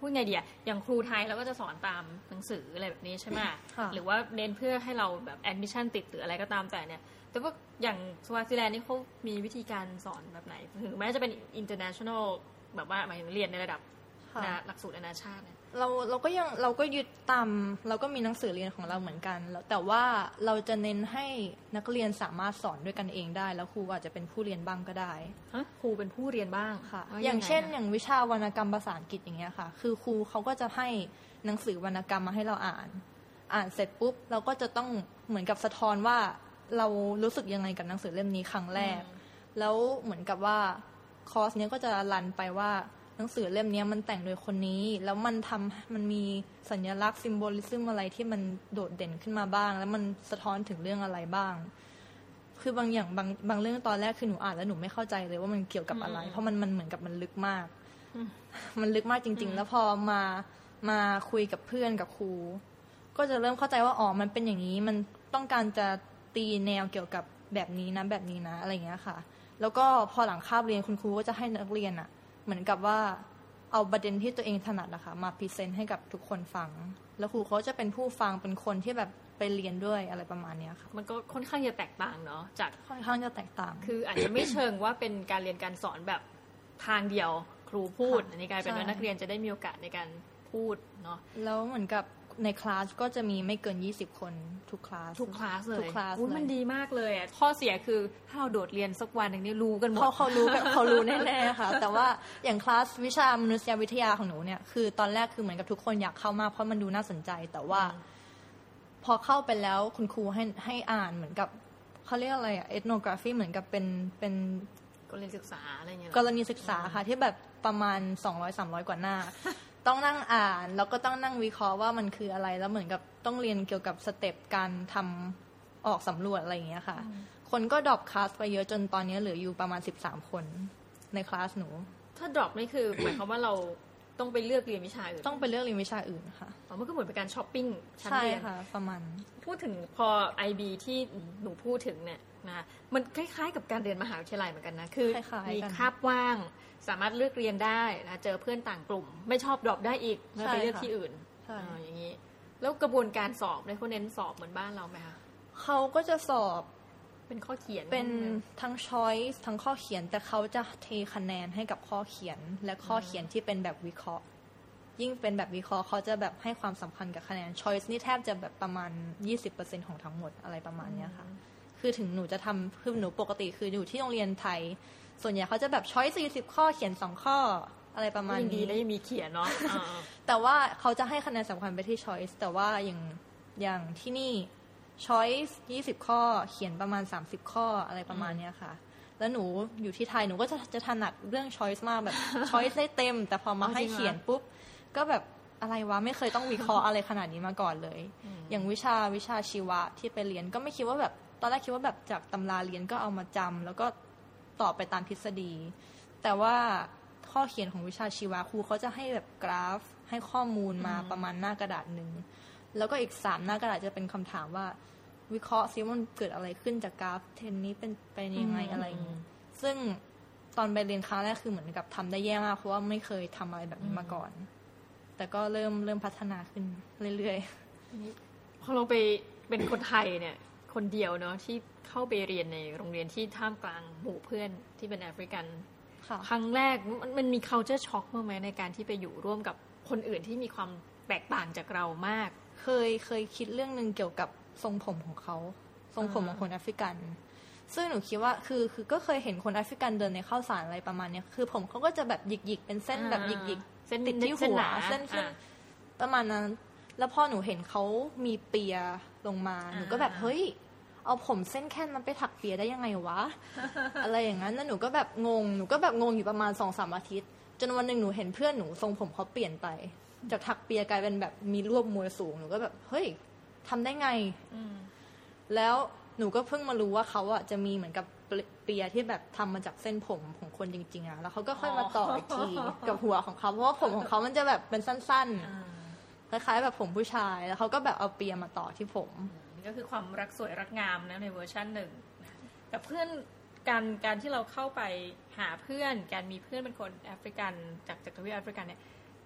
พูดไงดีอะอย่างครูไทยเราก็จะสอนตามหนังสืออะไรแบบนี้ใช่ไหมค่ะหรือว่าเน้นเพื่อให้เราแบบแอดมิชชั่นติดหรืออะไรก็ตามแต่เนี่ยแต่ว่าอย่างสวาซิแลนด์นี่เขามีวิธีการสอนแบบไหนถึงแม้จะเป็น international แบบว่าหมายถึงเรียนในระดับหลักสูตรนานาชาติเนี่ยเราก็ยึดตามเราก็มีหนังสือเรียนของเราเหมือนกันแล้วแต่ว่าเราจะเน้นให้นักเรียนสามารถสอนด้วยกันเองได้แล้วครูอาจจะเป็นผู้เรียนบ้างก็ได้ครูเป็นผู้เรียนบ้างค่ะอย่างเช่นอย่างวิชาวรรณกรรมภาษาอังกฤษอย่างเงี้ยค่ะคือครูเขาก็จะให้หนังสือวรรณกรรมมาให้เราอ่านเสร็จปุ๊บเราก็จะต้องเหมือนกับสะท้อนว่าเรารู้สึกยังไงกับหนังสือเล่มนี้ครั้งแรกแล้วเหมือนกับว่าคอร์สเนี้ยก็จะรันไปว่าหนังสือเล่มนี้มันแต่งโดยคนนี้แล้วมันมีสัญลักษณ์ซิมโบลิซึมอะไรที่มันโดดเด่นขึ้นมาบ้างแล้วมันสะท้อนถึงเรื่องอะไรบ้างคือบางอย่างบางเรื่องตอนแรกคือหนูอ่านแล้วหนูไม่เข้าใจเลยว่ามันเกี่ยวกับอะไรเพราะมันเหมือนกับมันลึกมากมันลึกมากจริงๆแล้วพอมาคุยกับเพื่อนกับครูก็จะเริ่มเข้าใจว่าอ๋อมันเป็นอย่างนี้มันต้องการจะตีแนวเกี่ยวกับแบบนี้นะแบบนี้นะอะไรอย่างเงี้ยค่ะแล้วก็พอหลังคาบเรียนคุณครูก็จะให้นักเรียนอะเหมือนกับว่าเอาประเด็นที่ตัวเองถนัดนะคะมาพรีเซนต์ให้กับทุกคนฟังแล้วครูเขาจะเป็นผู้ฟังเป็นคนที่แบบไปเรียนด้วยอะไรประมาณนี้ค่ะมันก็ค่อนข้างจะแตกต่างเนาะจากค่อนข้างจะแตกต่างคืออาจจะไม่เชิงว่าเป็นการเรียนการสอนแบบทางเดียวครูพูดอันนี้กลายเป็นว่านักเรียนจะได้มีโอกาสในการพูดเนาะแล้วเหมือนกับในคลาสก็จะมีไม่เกิน20คนทุกคลาสเลยทุกคลาสมันดีมากเลยอ่ะข้อเสียคือถ้าเราโดดเรียนสักวันนึงนี่รู้กันหมดเขารู้แน่ๆค่ะแต่ว่าอย่างคลาสวิชามนุษยวิทยาของหนูเนี่ยคือตอนแรกคือเหมือนกับทุกคนอยากเข้ามากเพราะมันดูน่าสนใจแต่ว่าพอเข้าไปแล้วคุณครูให้อ่านเหมือนกับเขาเรียกอะไรอะเอทโนกราฟีเหมือนกับเป็นกรณีศึกษาอะไรเงี้ยกรณีศึกษาค่ะที่แบบประมาณ200-300 กว่าหน้าต้องนั่งอ่านแล้วก็ต้องนั่งวิเคราะห์ว่ามันคืออะไรแล้วเหมือนกับต้องเรียนเกี่ยวกับสเต็ปการทำออกสำรวจอะไรอย่างเงี้ยค่ะคนก็ดรอปคลาสไปเยอะจนตอนนี้เหลืออยู่ประมาณ13คนในคลาสหนูถ้าดรอปนี่คือหมายความว่าเราต้องไปเลือกเรียนวิชาอื่นต้องไปเลือกเรียนวิชาอื่นค่ะมันก็เหมือนเป็นการช้อปปิ้งชั้นเรียนใช่ค่ะประมาณพูดถึงพอ IB ที่หนูพูดถึงเนี่ยนะมันคล้ายๆกับการเรียนมหาวิทยาลัยเหมือนกันนะคือมีคาบว่างสามารถเลือกเรียนได้นะเจอเพื่อนต่างกลุ่มไม่ชอบดรอปได้อีกแล้วไปเลือกที่อื่นอย่างนี้แล้วกระบวนการสอบเนี่ยเขาเน้นสอบเหมือนบ้านเราไหมคะเขาก็จะสอบเป็นข้อเขียนเป็นทั้ง choice ทั้งข้อเขียนแต่เขาจะเทคะแนนให้กับข้อเขียนและข้อเขียนที่เป็นแบบวิเคราะห์ยิ่งเป็นแบบวิเคราะห์เขาจะแบบให้ความสำคัญกับคะแนน choice นี่แทบจะแบบประมาณ 20% ของทั้งหมดอะไรประมาณนี้ค่ะคือถึงหนูจะทำคือหนูปกติคืออยู่ที่โรงเรียนไทยส่วนใหญ่เขาจะแบบ choice 40 ข้อเขียน2ข้ออะไรประมาณนี้ดีแล้วยังมีเขียนเนาะแต่ว่าเขาจะให้คะแนนสำคัญไปที่ choice แต่ว่าอย่างที่นี่ choice 20 ข้อเขียนประมาณ30ข้ออะไรประมาณนี้ค่ะแล้วหนูอยู่ที่ไทยหนูก็จะถนัดเรื่อง choice มากแบบ choice ได้เต็มแต่พอมาให้เขียนปุ๊บก็แบบอะไรวะไม่เคยต้องวิเคราะห์อะไรขนาดนี้มาก่อนเลยอย่างวิชาชีวะที่ไปเรียนก็ไม่คิดว่าแบบตอนแรกคิดว่าแบบจากตำราเรียนก็เอามาจำแล้วก็ตอบไปตามทฤษฎีแต่ว่าข้อเขียนของวิชาชีวะครูเขาจะให้แบบกราฟให้ข้อมูลมาประมาณหน้ากระดาษนึงแล้วก็อีก3หน้ากระดาษจะเป็นคำถามว่าวิเคราะห์ซิว่ามันเกิดอะไรขึ้นจากกราฟเทรนนี้เป็นยังไงอะไรอย่างนี้ซึ่งตอนไปเรียนครั้งแรกคือเหมือนกับทำได้แย่มากเพราะว่าไม่เคยทำอะไรแบบนี้มาก่อนแต่ก็เริ่มพัฒนาขึ้นเรื่อยๆพอเราไปเป็นคนไทยเนี่ยคนเดียวเนาะที่เข้าไปเรียนในโรงเรียนที่ท่ามกลางหมู่เพื่อนที่เป็นแอฟริกันครั้งแรกมันมี culture shock บ้างไหมในการที่ไปอยู่ร่วมกับคนอื่นที่มีความแตกต่างจากเรามากเคยคิดเรื่องนึงเกี่ยวกับทรงผมของเขาทรงผมของคนแอฟริกันซึ่งหนูคิดว่าคือก็เคยเห็นคนแอฟริกันเดินในข้าวสารอะไรประมาณนี้คือผมเขาก็จะแบบหยิกๆเป็นเส้นแบบหยิกๆเส้นติดที่หัวเส้นประมาณนั้นแล้วพอหนูเห็นเขามีเปียลงมาหนูก็แบบเฮ้ยเอาผมเส้นแค่นั้นไปถักเปียได้ยังไงวะ อะไรอย่างนั้นแล้วหนูก็แบบงงอยู่ประมาณ 2-3 อาทิตย์จนวันนึงหนูเห็นเพื่อนหนูทรงผมเขาเปลี่ยนไปจากถักเปียกลายเป็นแบบมีรวบมวยสูงหนูก็แบบเฮ้ยทำได้ไงแล้วหนูก็เพิ่งมารู้ว่าเขาอ่ะจะมีเหมือนกับเปียที่แบบทำมาจากเส้นผมของคนจริงๆอ่ะแล้วเขาก็ค่อยมาต่ออีกทีกับหัวของเขาเพราะว่าผมของเขามันจะแบบเป็นสั้นๆคล้ายๆแบบผมผู้ชายแล้วเขาก็แบบเอาเปียมาต่อที่ผมก็คือความรักสวยรักงามนะในเวอร์ชันหนึ่งแต่เพื่อนการที่เราเข้าไปหาเพื่อนการมีเพื่อนเป็นคนแอฟริกันจากทวีปแอฟริกันเนี่ย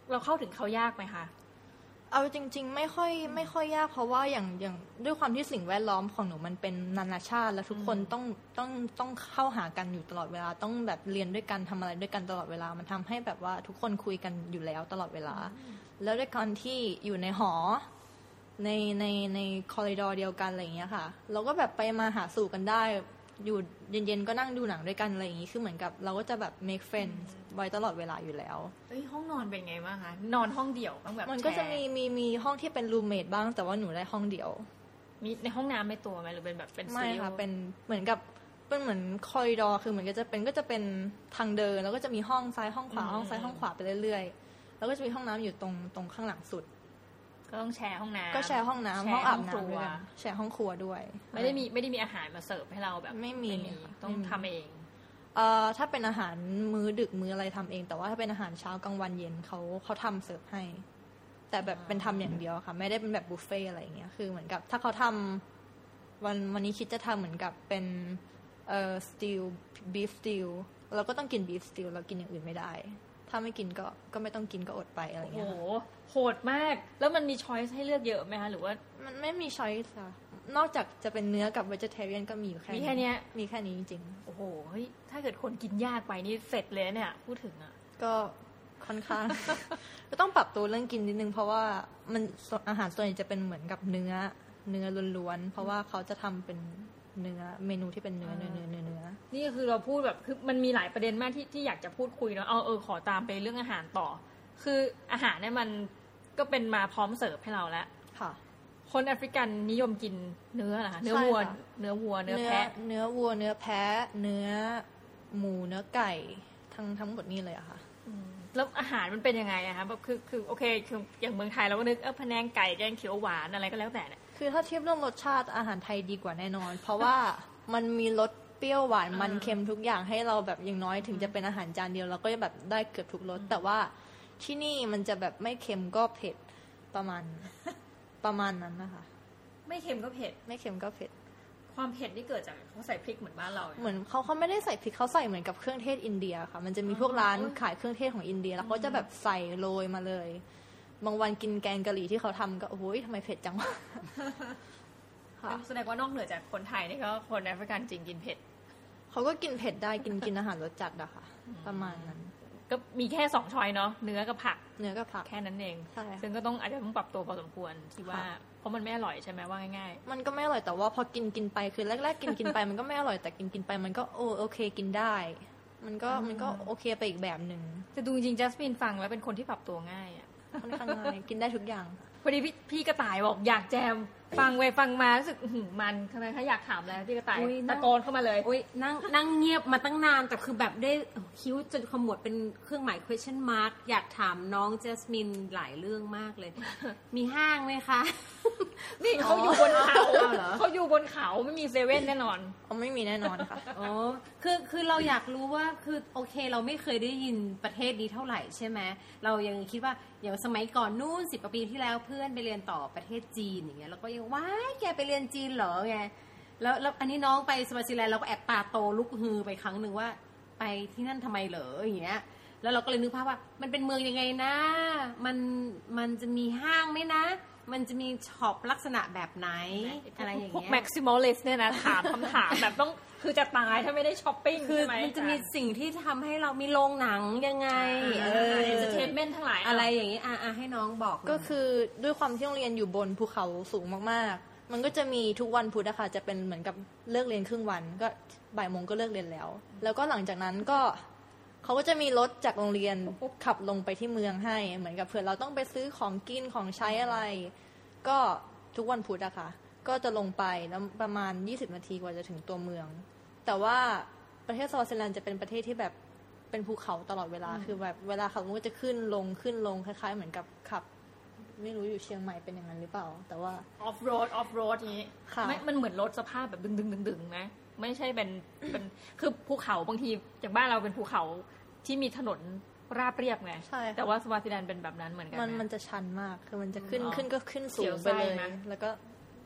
เราเข้าถึงเขายากไหมคะเอาจริงๆไม่ค่อยยากเพราะว่าอย่างด้วยความที่สิ่งแวดล้อมของหนูมันเป็นนานาชาติแล้วทุกคนต้องเข้าหากันอยู่ตลอดเวลาต้องแบบเรียนด้วยกันทำอะไรด้วยกันตลอดเวลามันทำให้แบบว่าทุกคนคุยกันอยู่แล้วตลอดเวลาแล้วด้วยการที่อยู่ในหอในคอริดอร์เดียวกันอะไรอย่างเงี้ยค่ะเราก็แบบไปมาหาสู่กันได้อยู่เย็นๆก็นั่งดูหนังด้วยกันอะไรอย่างงี้คือเหมือนกับเราก็จะแบบ make friends ไว้ตลอดเวลาอยู่แล้วห้องนอนเป็นไงบ้างคะนอนห้องเดี่ยวต้องแบบมันก็จะมีห้องที่เป็นรูมเมทบ้างแต่ว่าหนูได้ห้องเดี่ยวมีในห้องน้ำในตัวไหมหรือเป็นแบบเป็นไม่ค่ะเป็นเหมือนกับเป็นเหมือนคอริดอร์คือเหมือนก็จะเป็นทางเดินแล้วก็จะมีห้องซ้ายห้องขวาห้องซ้ายห้องขวาไปเรื่อยๆแล้วก็จะมีห้องน้ำอยู่ตรงข้างหลังสุดก็ต้องแชร์ห้องน้ำก็แชร์ห้องน้ำห้องอาบน้ำด้วยแชร์ห้องครัวด้วยไม่ได้มีอาหารมาเสิร์ฟให้เราแบบไม่มีต้องทำเองถ้าเป็นอาหารมื้อดึกมื้ออะไรทำเองแต่ว่าถ้าเป็นอาหารเช้ากลางวันเย็นเขาทำเสิร์ฟให้แต่แบบเป็นทำอย่างเดียวค่ะไม่ได้เป็นแบบบุฟเฟ่อะไรอย่างเงี้ยคือเหมือนกับถ้าเขาทำวันนี้คิดจะทำเหมือนกับเป็นสตีลบีฟสตีลเราก็ต้องกินบีฟสตีลเรากินอย่างอื่นไม่ได้ถ้าไม่กินก็ไม่ต้องกินก็อดไปอะไรเงี้ยโอ้โหโหดมากแล้วมันมีช้อยส์ให้เลือกเยอะไหมคะหรือว่ามันไม่มีช้อยส์ค่ะนอกจากจะเป็นเนื้อกับ vegetarian ก็มีอยู่แค่นี้มีแค่นี้จริงๆโอ้โหเฮ้ยถ้าเกิดคนกินยากไปนี่เสร็จเลยเนี่ยพูดถึงอ่ะก็ค่อนข้าง ก็ต้องปรับตัวเรื่องกินนิดนึงเพราะว่ามันอาหารส่วนใหญ่จะเป็นเหมือนกับเนื้อล้วนๆเพราะว่าเขาจะทำเป็นเนื้อเมนูที่เป็นเนื้อนี่คือเราพูดแบบคือมันมีหลายประเด็นมากที่อยากจะพูดคุยเนาะขอตามไปเรื่องอาหารต่อคืออาหารเนี่ยมันก็เป็นมาพร้อมเสิร์ฟให้เราแล้วค่ะคนแอฟริกันนิยมกินเนื้อเหรอคะเนื้อวัวเนื้อแพะเนื้อวัวเนื้อแพะเนื้อหมูเนื้อไก่ทั้งหมดนี่เลยอะค่ะแล้วอาหารมันเป็นยังไงอะคะแบบคือโอเคคืออย่างเมืองไทยเราก็นึกพะแนงไก่แกงเขียวหวานอะไรก็แล้วแต่เนี่ยคือถ้าเทียบเรื่องรสชาติอาหารไทยดีกว่าแน่นอนเพราะว่ามันมีรสเปรี้ยวหวานมันเค็มทุกอย่างให้เราแบบอย่างน้อยถึงจะเป็นอาหารจานเดียวเราก็จะแบบได้เกือบทุกรสแต่ว่าที่นี่มันจะแบบไม่เค็มก็เผ็ดประมาณนั้นนะคะไม่เค็มก็เผ็ดไม่เค็มก็เผ็ดความเผ็ดนี่เกิดจากเขาใส่พริกเหมือนบ้านเราเหมือนเขาไม่ได้ใส่พริกเขาใส่เหมือนกับเครื่องเทศอินเดียค่ะมันจะมีพวกร้านขายเครื่องเทศของอินเดียแล้วเขาจะแบบใส่โรยมาเลยบางวันกินแกงกะหรี่ที่เขาทำก็โอ้ยทำไมเผ็ดจังวะแสดงว่านอกเหนือจากคนไทยนี่ก็คนแอฟริกันจริงกินเผ็ดเขาก็กินเผ็ดได้กินอาหารรสจัดอะค่ะประมาณนั้นก็มีแค่2ช้อยเนาะเนื้อกับผักแค่นั้นเองซึ่งก็อาจจะต้องปรับตัวพอสมควรที่ว่าเพราะมันไม่อร่อยใช่ไหมว่าง่ายๆมันก็ไม่อร่อยแต่ว่าพอกินไปคือแรกๆกินไปมันก็ไม่อร่อยแต่กินไปมันก็โอเคกินได้มันก็โอเคไปอีกแบบนึงแต่ดูจริงๆจัสมินฟังแล้วเป็นคนที่ปรับตัวง่ายอ่ะค่อนข้างง่ายกินได้ทุกอย่างพอดีพี่กระต่ายบอกอยากแจมฟังไปฟังมารู้สึกมันทำไมคะอยากถามแล้วพี่กระต่ายตะโกนเข้ามาเลยนั่งเงียบมาตั้งนานแต่คือแบบได้คิ้วจนขมวดเป็นเครื่องหมาย question mark อยากถามน้องจัสมินหลายเรื่องมากเลยมีห้างไหมคะนี่เขาอยู่บนเขาเขาอยู่บนเขาไม่มีเซเว่นแน่นอนไม่มีแน่นอนค่ะอ๋อคือเราอยากรู้ว่าคือโอเคเราไม่เคยได้ยินประเทศนี้เท่าไหร่ใช่ไหมเรายังคิดว่าอย่างสมัยก่อนนู่น10 กว่าปีที่แล้วเพื่อนไปเรียนต่อประเทศจีนอย่างเงี้ยแล้วก็ยังว้ายแกไปเรียนจีนเหรอไงแล้วอันนี้น้องไปสวิตเซอร์แลนด์เราก็แอบตาโตลุกฮือไปครั้งหนึ่งว่าไปที่นั่นทำไมเหรออย่างเงี้ยแล้วเราก็เลยนึกภาพว่ามันเป็นเมืองยังไงนะมันจะมีห้างไหมนะมันจะมีช็อปลักษณะแบบไหนอะไรอย่างเงี้ยพวก maximalist เนี่ยนะถามคำถามแบบต้องคือจะตายถ้าไม่ได้ช้อปปิ้งใช่ไหมมันจะมีสิ่งที่ทำให้เรามีโรงหนังยังไง entertainment ทั้งหลายอะไรอย่างนี้ให้น้องบอกก็คือด้วยความที่โรงเรียนอยู่บนภูเขาสูงมากๆมันก็จะมีทุกวันพุธนะคะจะเป็นเหมือนกับเลิกเรียนครึ่งวันก็บ่ายโมงก็เลิกเรียนแล้วก็หลังจากนั้นก็เขาก็จะมีรถจากโรงเรียนขับลงไปที่เมืองให้เหมือนกับเผื่อเราต้องไปซื้อของกินของใช้อะไรก็ทุกวันพุธอะค่ะก็จะลงไปแล้วประมาณ20 นาทีกว่าจะถึงตัวเมืองแต่ว่าประเทศสวิตเซอร์แลนด์จะเป็นประเทศที่แบบเป็นภูเขาตลอดเวลาคือแบบเวลาขับมันก็จะขึ้นลงคล้ายๆเหมือนกับขับไม่รู้อยู่เชียงใหม่เป็นอย่างนั้นหรือเปล่าแต่ว่า off road นี้มันเหมือนรถสภาพแบบดึงนะไม่ใช่เป็นคือภูเขาบางทีอย่างบ้านเราเป็นภูเขาที่มีถนนราบเรียบไงแต่ว่าสวิตเซอร์แลนด์เป็นแบบนั้นเหมือนกันมันจะชันมากคือมันจะขึ้นก็ขึ้นสูงไปเลยแล้วก็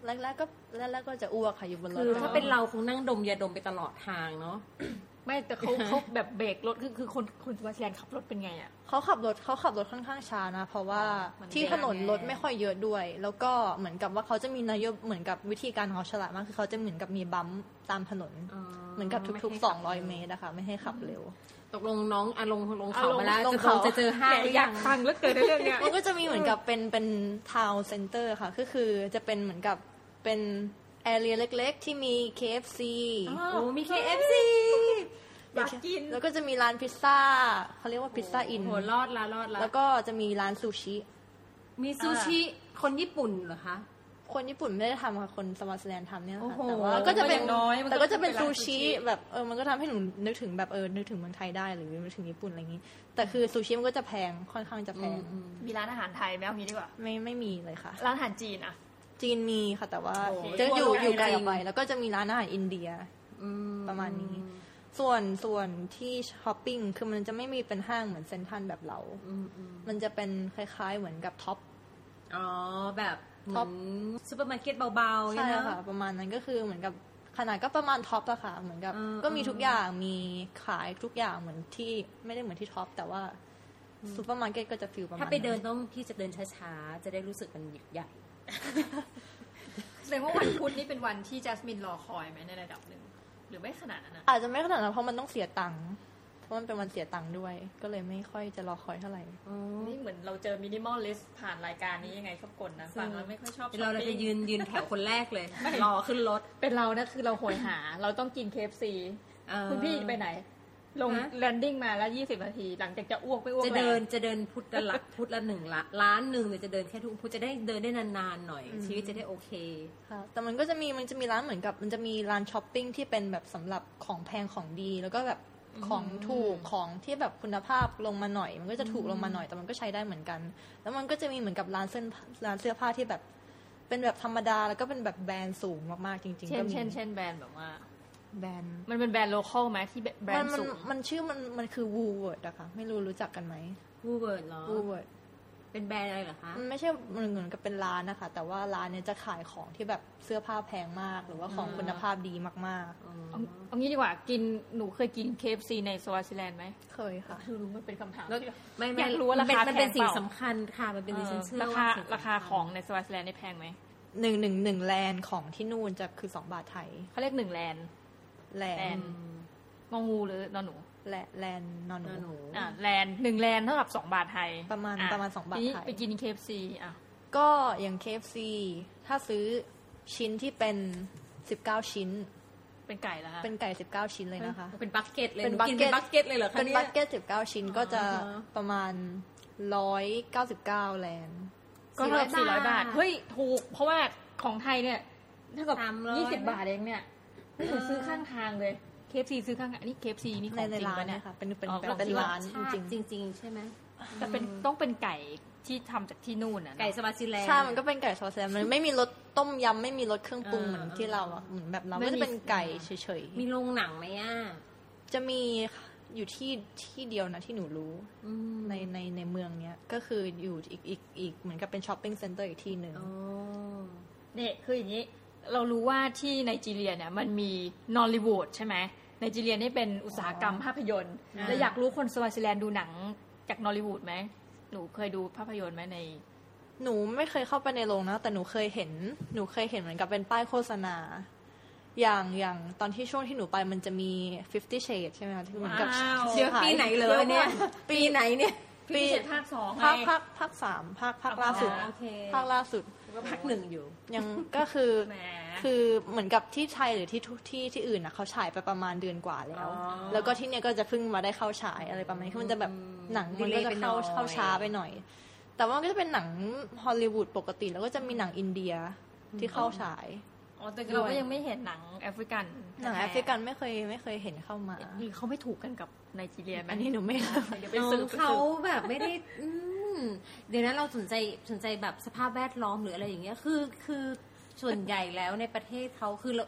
แรกๆก็จะอ้วกค่ะอยู่บนรถคือถ้าเป็นเราคงนั่งดมยาดมไปตลอดทางเนาะไม่แต่เขาแบบเบรกรถคือคนสวิตเซอร์แลนด์ขับรถเป็นไงอ่ะเขาขับรถค่อนข้างช้านะเพราะว่าที่ถนนรถไม่ค่อยเยอะด้วย แล้วก็เหมือนกับว่าเขาจะมีนโยบายเหมือนกับวิธีการของเขาฉลาดมากคือเขาจะเหมือนกับมีบัมป์ตามถนนเหมือนกับทุกๆ200 เมตรนะคะไม่ให้ขับเร็วตกลงน้องลงเขามาแล้วจะเจอห้างหรืออยัยาง กฟังแล้วเกิดเรื่องเนี้ยมันก็จะมีเหมือนกับเป็นทาวน์เซ็นเตอร์ค่ะก็คือจะเป็นเหมือนกับเป็นแอเรียเล็กๆที่มี KFC โอ้มี KFC อยากกินแล้วก็จะมีร้านพิซซ่าเขาเรียกว่าพิซซ่าอินโหรอดละแล้วก็จะมีร้านซูชิมีซูชิคนญี่ปุ่นเหรอคะคนญี่ปุ่นไม่ได้ทำค่ะคนสวิตเซอร์แลนด์ทำเนี่ยโอ้ค่ะโหแต่ว่าก็จะเป็นน้อยมันก็แต่ก็จะเป็นเป็นร้านซูซูชิชิแบบมันก็ทำให้หนูนึกถึงแบบนึกถึงเมืองไทยได้หรือนึกถึงญี่ปุ่นอะไรอย่างนี้ แต่คือซูชิมันก็จะแพงค่อนข้างจะแพงมีร้านอาหารไทยไหมเอางี้ดีกว่าไม่มีเลยค่ะร้านอาหารจีนอะจีนมีค่ะแต่ว่าโอ้โหจะอยู่ทั่วโลกอยู่ไกลจริงออกไปแล้วก็จะมีร้านอาหารอินเดียประมาณนี้ ส่วนที่ช้อปปิ้งคือมันจะไม่มีเป็นห้างเหมือนเซ็นทรัลแบบเรา มันจะเป็นคล้ายๆเหมือนกับท็อปอ๋อแบบเหท็มืออปนซูเปอร์มาร์เก็ตเบาๆใช่เนี่ยค่ะนะประมาณนั้นก็คือเหมือนกับขนาดก็ประมาณท็อปอะค่ะเหมือนกับ ก็มีทุกอย่างมีขายทุกอย่างเหมือนที่ไม่ได้เหมือนที่ท็อปแต่ว่าซูเปอร์มาร์เก็ตก็จะฟิลประมาณถ้าไปเดินต้องพี่จะเดินช้าๆ จะได้รู้สึกมันใหญ่แสดงว่าวันพุธนี่เป็นวันที่จัสมินรอคอยไหมในระดับหนึ่งหรือไม่ขนาดนั้นนะอาจจะไม่ขนาดนั้นเพราะมันต้องเสียตังค์เพราะมันเป็นวันเสียตังค์ด้วย ก็เลยไม่ค่อยจะรอคอยเท่าไหร่นี่เหมือนเราเจอมินิมอลลิสต์ผ่านรายการนี้ยังไงชอบกลนะฟังแล้วไม่ค่อยชอบเราเลยจะยืนแถวคนแรกเลย รอขึ้นรถเป็นเรานะคือเราโหยหา เราต้องกิน KFC คุณพี่ไปไหน ลงฮะแลนดิ้งมาแล้ว20 นาที หลังจากจะอ้วกไม่อ้วกจะเดินพุทธละพุทธละ1 ล้านหนึ่งเนี่ยจะเดินแค่ทุกพุธจะได้เดินได้นานๆหน่อย ชีวิตจะได้โอเคค่ะแต่มันก็จะมีร้านเหมือนกับมันจะมีร้านช้อปปิ้งที่เป็นแบบสำหรับของแพงของดี แล้วก็แบบของถูกของที่แบบคุณภาพลงมาหน่อย มันก็จะถูกลงมาหน่อยแต่มันก็ใช้ได้เหมือนกัน แล้วมันก็จะมีเหมือนกับร้านเสื้อผ้าที่แบบเป็นแบบธรรมดาแล้วก็เป็นแบบแบรนด์สูงมากๆจริงๆก็มีเช่นแบรนด์แบบว่าแบรนด์มันเป็นแบรนด์โลคอลไหมที่แบรนด์สูงมันชื่อมันคือ Woolworth อะค่ะไม่รู้จักกันไหมวูเวิร์ดเหรอ Woolworth เป็นแบรนด์อะไรเหรอคะมันไม่ใช่เหมือนกับเป็นร้านนะคะแต่ว่าร้านเนี้ยจะขายของที่แบบเสื้อผ้าแพงมากหรือว่าของคุณภาพดีมากเอางี้ดีกว่าหนูเคยกิน KFC ในสวิตเซอร์แลนด์ไหมๆเคยค่ะคือรู้มันเป็นคำถามแล้วที่ไม่อยากรู้ว่าราคามันเป็นแพงสิ่งเปล่าสำคัญค่ะมันเป็นดิฉันเชื่อราว่าคาสิ่ราคาของในสวิตเซอร์แลนด์นี่แพงไหมหนึ่งแลนด์ของที่นู่นจะคือ2 บาทไทยเขาเรียก1 แลนด์แลแลนนด์ด์งองูหรือนอนหนูแลนด์นอนหหนูนูแลนด์1 แลนด์เท่ากับ2 บาทไทยประมาณอ่ 2 บาททีนี้ไทยไปกิน KFC อ่ะก็อย่าง KFC ถ้าซื้อชิ้นที่เป็น19 ชิ้นเป็นไก่แล้วเป็นไก่19 ชิ้นเลยนะคะเป็นบักเก็ตเลยเป็นหกิ bucket บักเก็ตเลยเหรอคะเป็นเนี่ยบัคเก็ต19 ชิ้นก็จะประมาณ199 แลนด์ก็เท่ากับ 400 400 บาท เฮ้ย ถูก เพราะว่าของไทยเนี่ยเท่ากับ 300 20 บาทเองเนี่ยไม่ถึงซื้อข้างทางเลย KFC ซื้อข้างทางอันนี้ KFC นี่ของในจริงร้านปะเนี่เนี่ย ยค่ะเป็นอ๋อร้านจริงจริงๆใช่ไหมแต่เป็นต้องเป็นไก่ที่ทำจากที่นู่นอ่ะไก่สวาซิแลนด์ใช่มันก็เป็นไก่ซอสแซมมันไม่มีรสต้มยำไม่มีรสเครื่องปรุงเหมือนที่เราอะเหมือนแบบเราก็จะเป็นไก่เฉยมีโรงหนังไหมอ่ะๆจะมีอยู่ที่เดียวนะที่หนูรู้ในเมืองเนี้ยก็คืออยู่อีกเหมือนกับเป็นช้อปปิ้งเซ็นเตอร์อีกที่หนึ่งอ๋อเนี่ยคืออย่างนี้ เรารู้ว่าที่ไนจีเรียเนี่ยมันมีนอลลีวูดใช่ไหมไนจีเรียนี่เป็นอุตสาหกรรมภาพยนตร์แล้วอยากรู้คนสวิตเซอร์แลนด์ดูหนังจากนอลลีวูดไหมหนูเคยดูภาพยนตร์ไหมในหนูไม่เคยเข้าไปในโรงนะแต่หนูเคยเห็นเหมือนกับเป็นป้ายโฆษณาอย่างตอนที่ช่วงที่หนูไปมันจะมี 50 Shades ใช่ไหมคะที่เหมือนกับว้าวเดี๋ยวปีไหนเลยเนี่ยปีไหนเนี่ยพี่เจ็ดภาค2ไงภาค3ภาคล่าสุดโอเคภาคล่าสุดพักหนึ่งอยู่ยังก็คือแหมคือเหมือนกับที่ไทยหรือที่อื่นนะเขาฉายไปประมาณเดือนกว่าแล้ว แล้วก็ที่เนี้ยก็จะเพิ่งมาได้เข้าฉายอะไรประมาณนี้คือมันจะแบบหนังมันก็จะเข้าช้าไปหน่อย แต่ว่ามันก็จะเป็นหนังฮอลลีวูดปกติแล้วก็จะมีหนังอินเดียที่เข้าฉายอ๋อแต่เราก็ยังไม่เห็นหนังแอฟริกันหนังแอฟริกันไม่เคยเห็นเข้ามานี่เขาไม่ถูกกันกับไนจีเรียไหมอันนี้หนูไม่รู้เดี๋ยวไปน้อสืงบเขาแบบไม่ได้เดี๋ยวนั้นเราสนใจแบบสภาพแวดล้อมหรืออะไรอย่างเงี้ยคือส่วนใหญ่แล้วในประเทศเขาคือ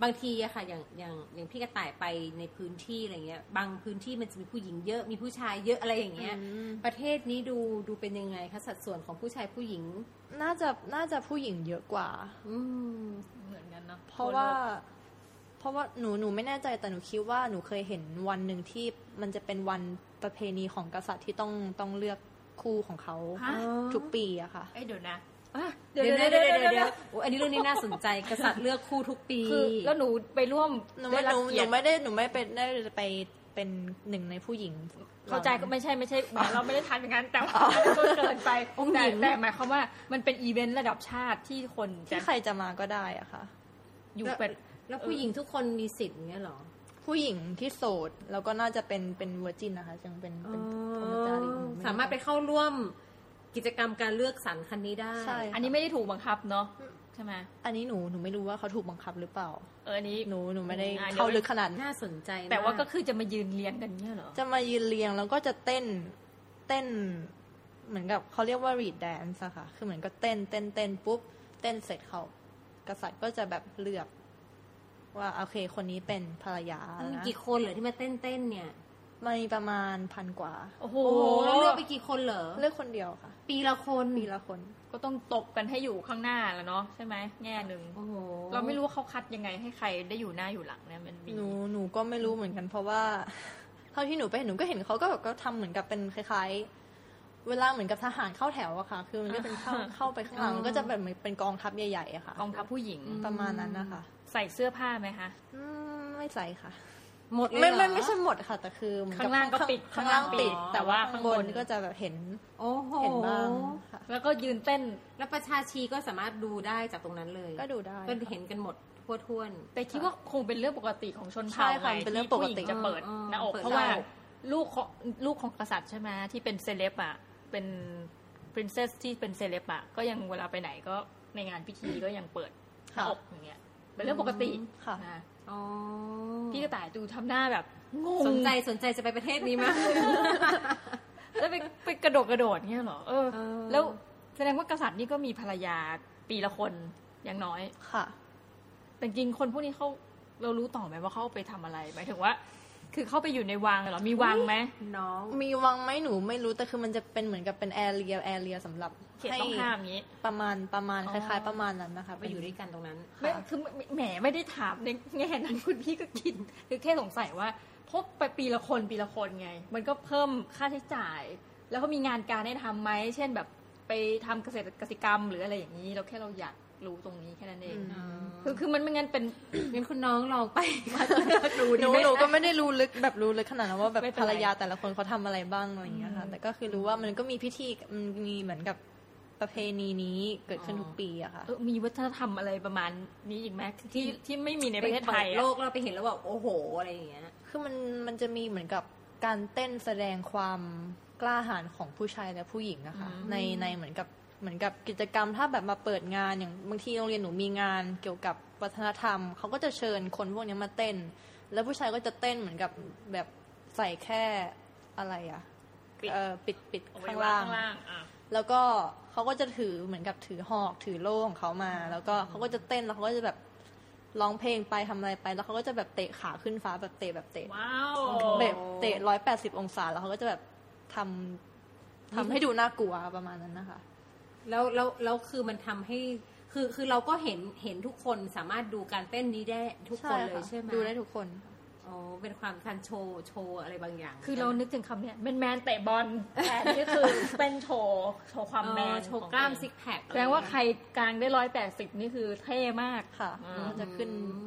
บางทีอะค่ะอย่างพี่กระต่ายไปในพื้นที่อะไรเงี้ยบางพื้นที่มันจะมีผู้หญิงเยอะมีผู้ชายเยอะอะไรอย่างเงี้ยประเทศนี้ดูเป็นยังไงคะสัดส่วนของผู้ชายผู้หญิงน่าจะผู้หญิงเยอะกว่าเหมือนกันเนาะเพราะว่าหนูไม่แน่ใจแต่หนูคิดว่าหนูเคยเห็นวันหนึ่งที่มันจะเป็นวันประเพณีของกษัตริย์ที่ต้องเลือกคู่ของเขาทุกปีอะค่ะเดี๋ยวนะเดี๋ยวอันนี้เรื่องนี้น่าสนใจกษัตริย์เลือกคู่ทุกปีแล้วหนูไปร่วมหนูไม่ได้ไปเป็นหนึ่งในผู้หญิงเข้าใจก็ไม่ใช่เราไม่ได้ทานอย่างนั้นแต่ว่าก็เกินไปแต่หมายความว่ามันเป็นอีเวนต์ระดับชาติที่คนที่ใครจะมาก็ได้อะค่ะอยู่เป็นแล้วผู้หญิงทุกคนมีสิทธิ์อย่างเงี้ยหรอผู้หญิงที่โสดแล้วก็น่าจะเป็นเวอร์จินนะคะยังเป็นพรหมจารีสามารถไปเข้าร่วมกิจกรรมการเลือกสรรคันนี้ได้ใช่อันนี้ไม่ได้ถูกบังคับเนาะใช่ไหมอันนี้หนูไม่รู้ว่าเขาถูกบังคับหรือเปล่าอันนี้หนูไม่ได้เข้าลึกขนาดน่าสนใจแต่ว่าก็คือจะมายืนเรียงกันเนี่ยเหรอจะมายืนเรียงแล้วก็จะเต้นเหมือนกับเขาเรียกว่า reed dance อะค่ะคือเหมือนกับเต้นปุ๊บเต้นเสร็จเขากษัตริย์ก็จะแบบเลือกว่าโอเคคนนี้เป็นภรรยานะกี่คนเหรอที่มาเต้นเนี่ยมีประมาณ1,000 กว่าโอ้โหแล้วเลือกไปกี่คนเหรอเลือกคนเดียวค่ะปีละคนก็ต้องตบกันให้อยู่ข้างหน้าแล้วเนาะใช่ไหมแง่หนึ่งโอ้โหเราไม่รู้ว่าเขาคัดยังไงให้ใครได้อยู่หน้าอยู่หลังเนี่ยมันมีหนูก็ไม่รู้เหมือนกันเพราะว่าเท่าที่หนูไปเห็นหนูก็เห็นเขาก็ทำเหมือนกับเป็นคล้ายๆเวลาเหมือนกับทหารเข้าแถวอะค่ะคือมันก็เป็นเข้าไปข้างหลังก็จะแบบเป็นกองทัพใหญ่ๆอะค่ะกองทัพผู้หญิงประมาณนั้นนะคะใส่เสื้อผ้าไหมคะไม่ใส่ค่ะหมดเลยไม่ใช่หมดค่ะแต่คือข้างล่างก็ปิดข้างล่างปิดแต่ว่าข้างบนก็จะแบบเห็นเห็นบ้างแล้วก็ยืนเต้นแล้วประชาชีก็สามารถดูได้จากตรงนั้นเลยก็ดูได้ก็เห็นกันหมดทั่วท้วนแต่คิดว่าคงเป็นเรื่องปกติของชนเผ่าไงที่ผู้หญิงจะเปิดหน้าอกเพราะว่าลูกของกษัตริย์ใช่ไหมที่เป็นเซเลบอ่ะเป็นปรินเซสที่เป็นเซเลบอ่ะก็ยังเวลาไปไหนก็ในงานพิธีก็ยังเปิดหน้าอกอย่างเงี้ยเป็นเรื่องปกตินะพี่กระต่ายดูทำหน้าแบบงงสนใจจะไปประเทศนี้มากแล้วไปกระโดดเงี้ยเหรอแล้วแสดงว่ากษัตริย์นี่ก็มีภรรยาปีละคนอย่างน้อยค่ะแต่จริงคนพวกนี้เรารู้ต่อไหมว่าเขาไปทำอะไรหมายถึงว่าคือเข้าไปอยู่ในวังเหรอมีวังไหมน้องมีวังไหมหนูไม่รู้แต่คือมันจะเป็นเหมือนกับเป็นแอเรียสำหรับเขตต้องห้ามนี้ประมาณคล้ายๆประมาณนั้นนะคะไปอยู่ด้วยกันตรงนั้นไม่คือแหมไม่ได้ถามในแง่นั้นคุณพี่ก็คิดคือแค่สงสัยว่าพบไปปีละคนไงมันก็เพิ่มค่าใช้จ่ายแล้วก็มีงานการให้ทำไหมเช่นแบบไปทำกสิกรรมหรืออะไรอย่างนี้เราแค่เราอยากรู้ตรงนี้แค่นั้นเองคือมันไม่งั้นเป็นงั้นคุณน้องลองไปดูดิหนูก็ไม่ได้รู้ลึกขนาดนั้นว่าแบบภรรยาแต่ละคนเขาทำอะไรบ้างอะไรอย่างเงี้ยค่ะแต่ก็คือรู้ว่ามันก็มีพิธีมันมีเหมือนกับประเพณีนี้เกิดขึ้นทุกปีอะค่ะมีวัฒนธรรมอะไรประมาณนี้อีกไหมที่ไม่มีในประเทศไทยโลกเราไปเห็นแล้วแบบโอ้โหอะไรอย่างเงี้ยคือมันจะมีเหมือนกับการเต้นแสดงความกล้าหาญของผู้ชายและผู้หญิงนะคะในเหมือนกับกิจกรรมถ้าแบบมาเปิดงานอย่างบางทีโรงเรียนหนูมีงานเกี่ยวกับวัฒนธรรมเขาก็จะเชิญคนพวกนี้มาเต้นแล้วผู้ชายก็จะเต้นเหมือนกับแบบใส่แค่อะไรอะปิดข้างล่างแล้วก็เขาก็จะถือเหมือนกับถือหอกถือโล่ของเขามาแล้วก็เขาก็จะเต้นแล้วเขาก็จะแบบร้องเพลงไปทำอะไรไปแล้วเขาก็จะแบบเตะขาขึ้นฟ้าแบบเตะแบบเตะ180 องศาแล้วเขาก็จะแบบทำให้ดูน่ากลัวประมาณนั้นนะคะแล้วคือมันทำให้คือเราก็เห็นทุกคนสามารถดูการเต้นนี้ได้ทุกคนเลยใช่ไหมดูได้ทุกคนอ๋อเป็นความการโชว์อะไรบางอย่างคือเรานึกถึงคำเนี้ยแมนเตะบอลแต่นี่คือเป็นโชว์ความแมนโชว์กล้ามซิกแพคแปลว่าใครกลางได้180นี่คือเท่มากค่ะจะขึ้น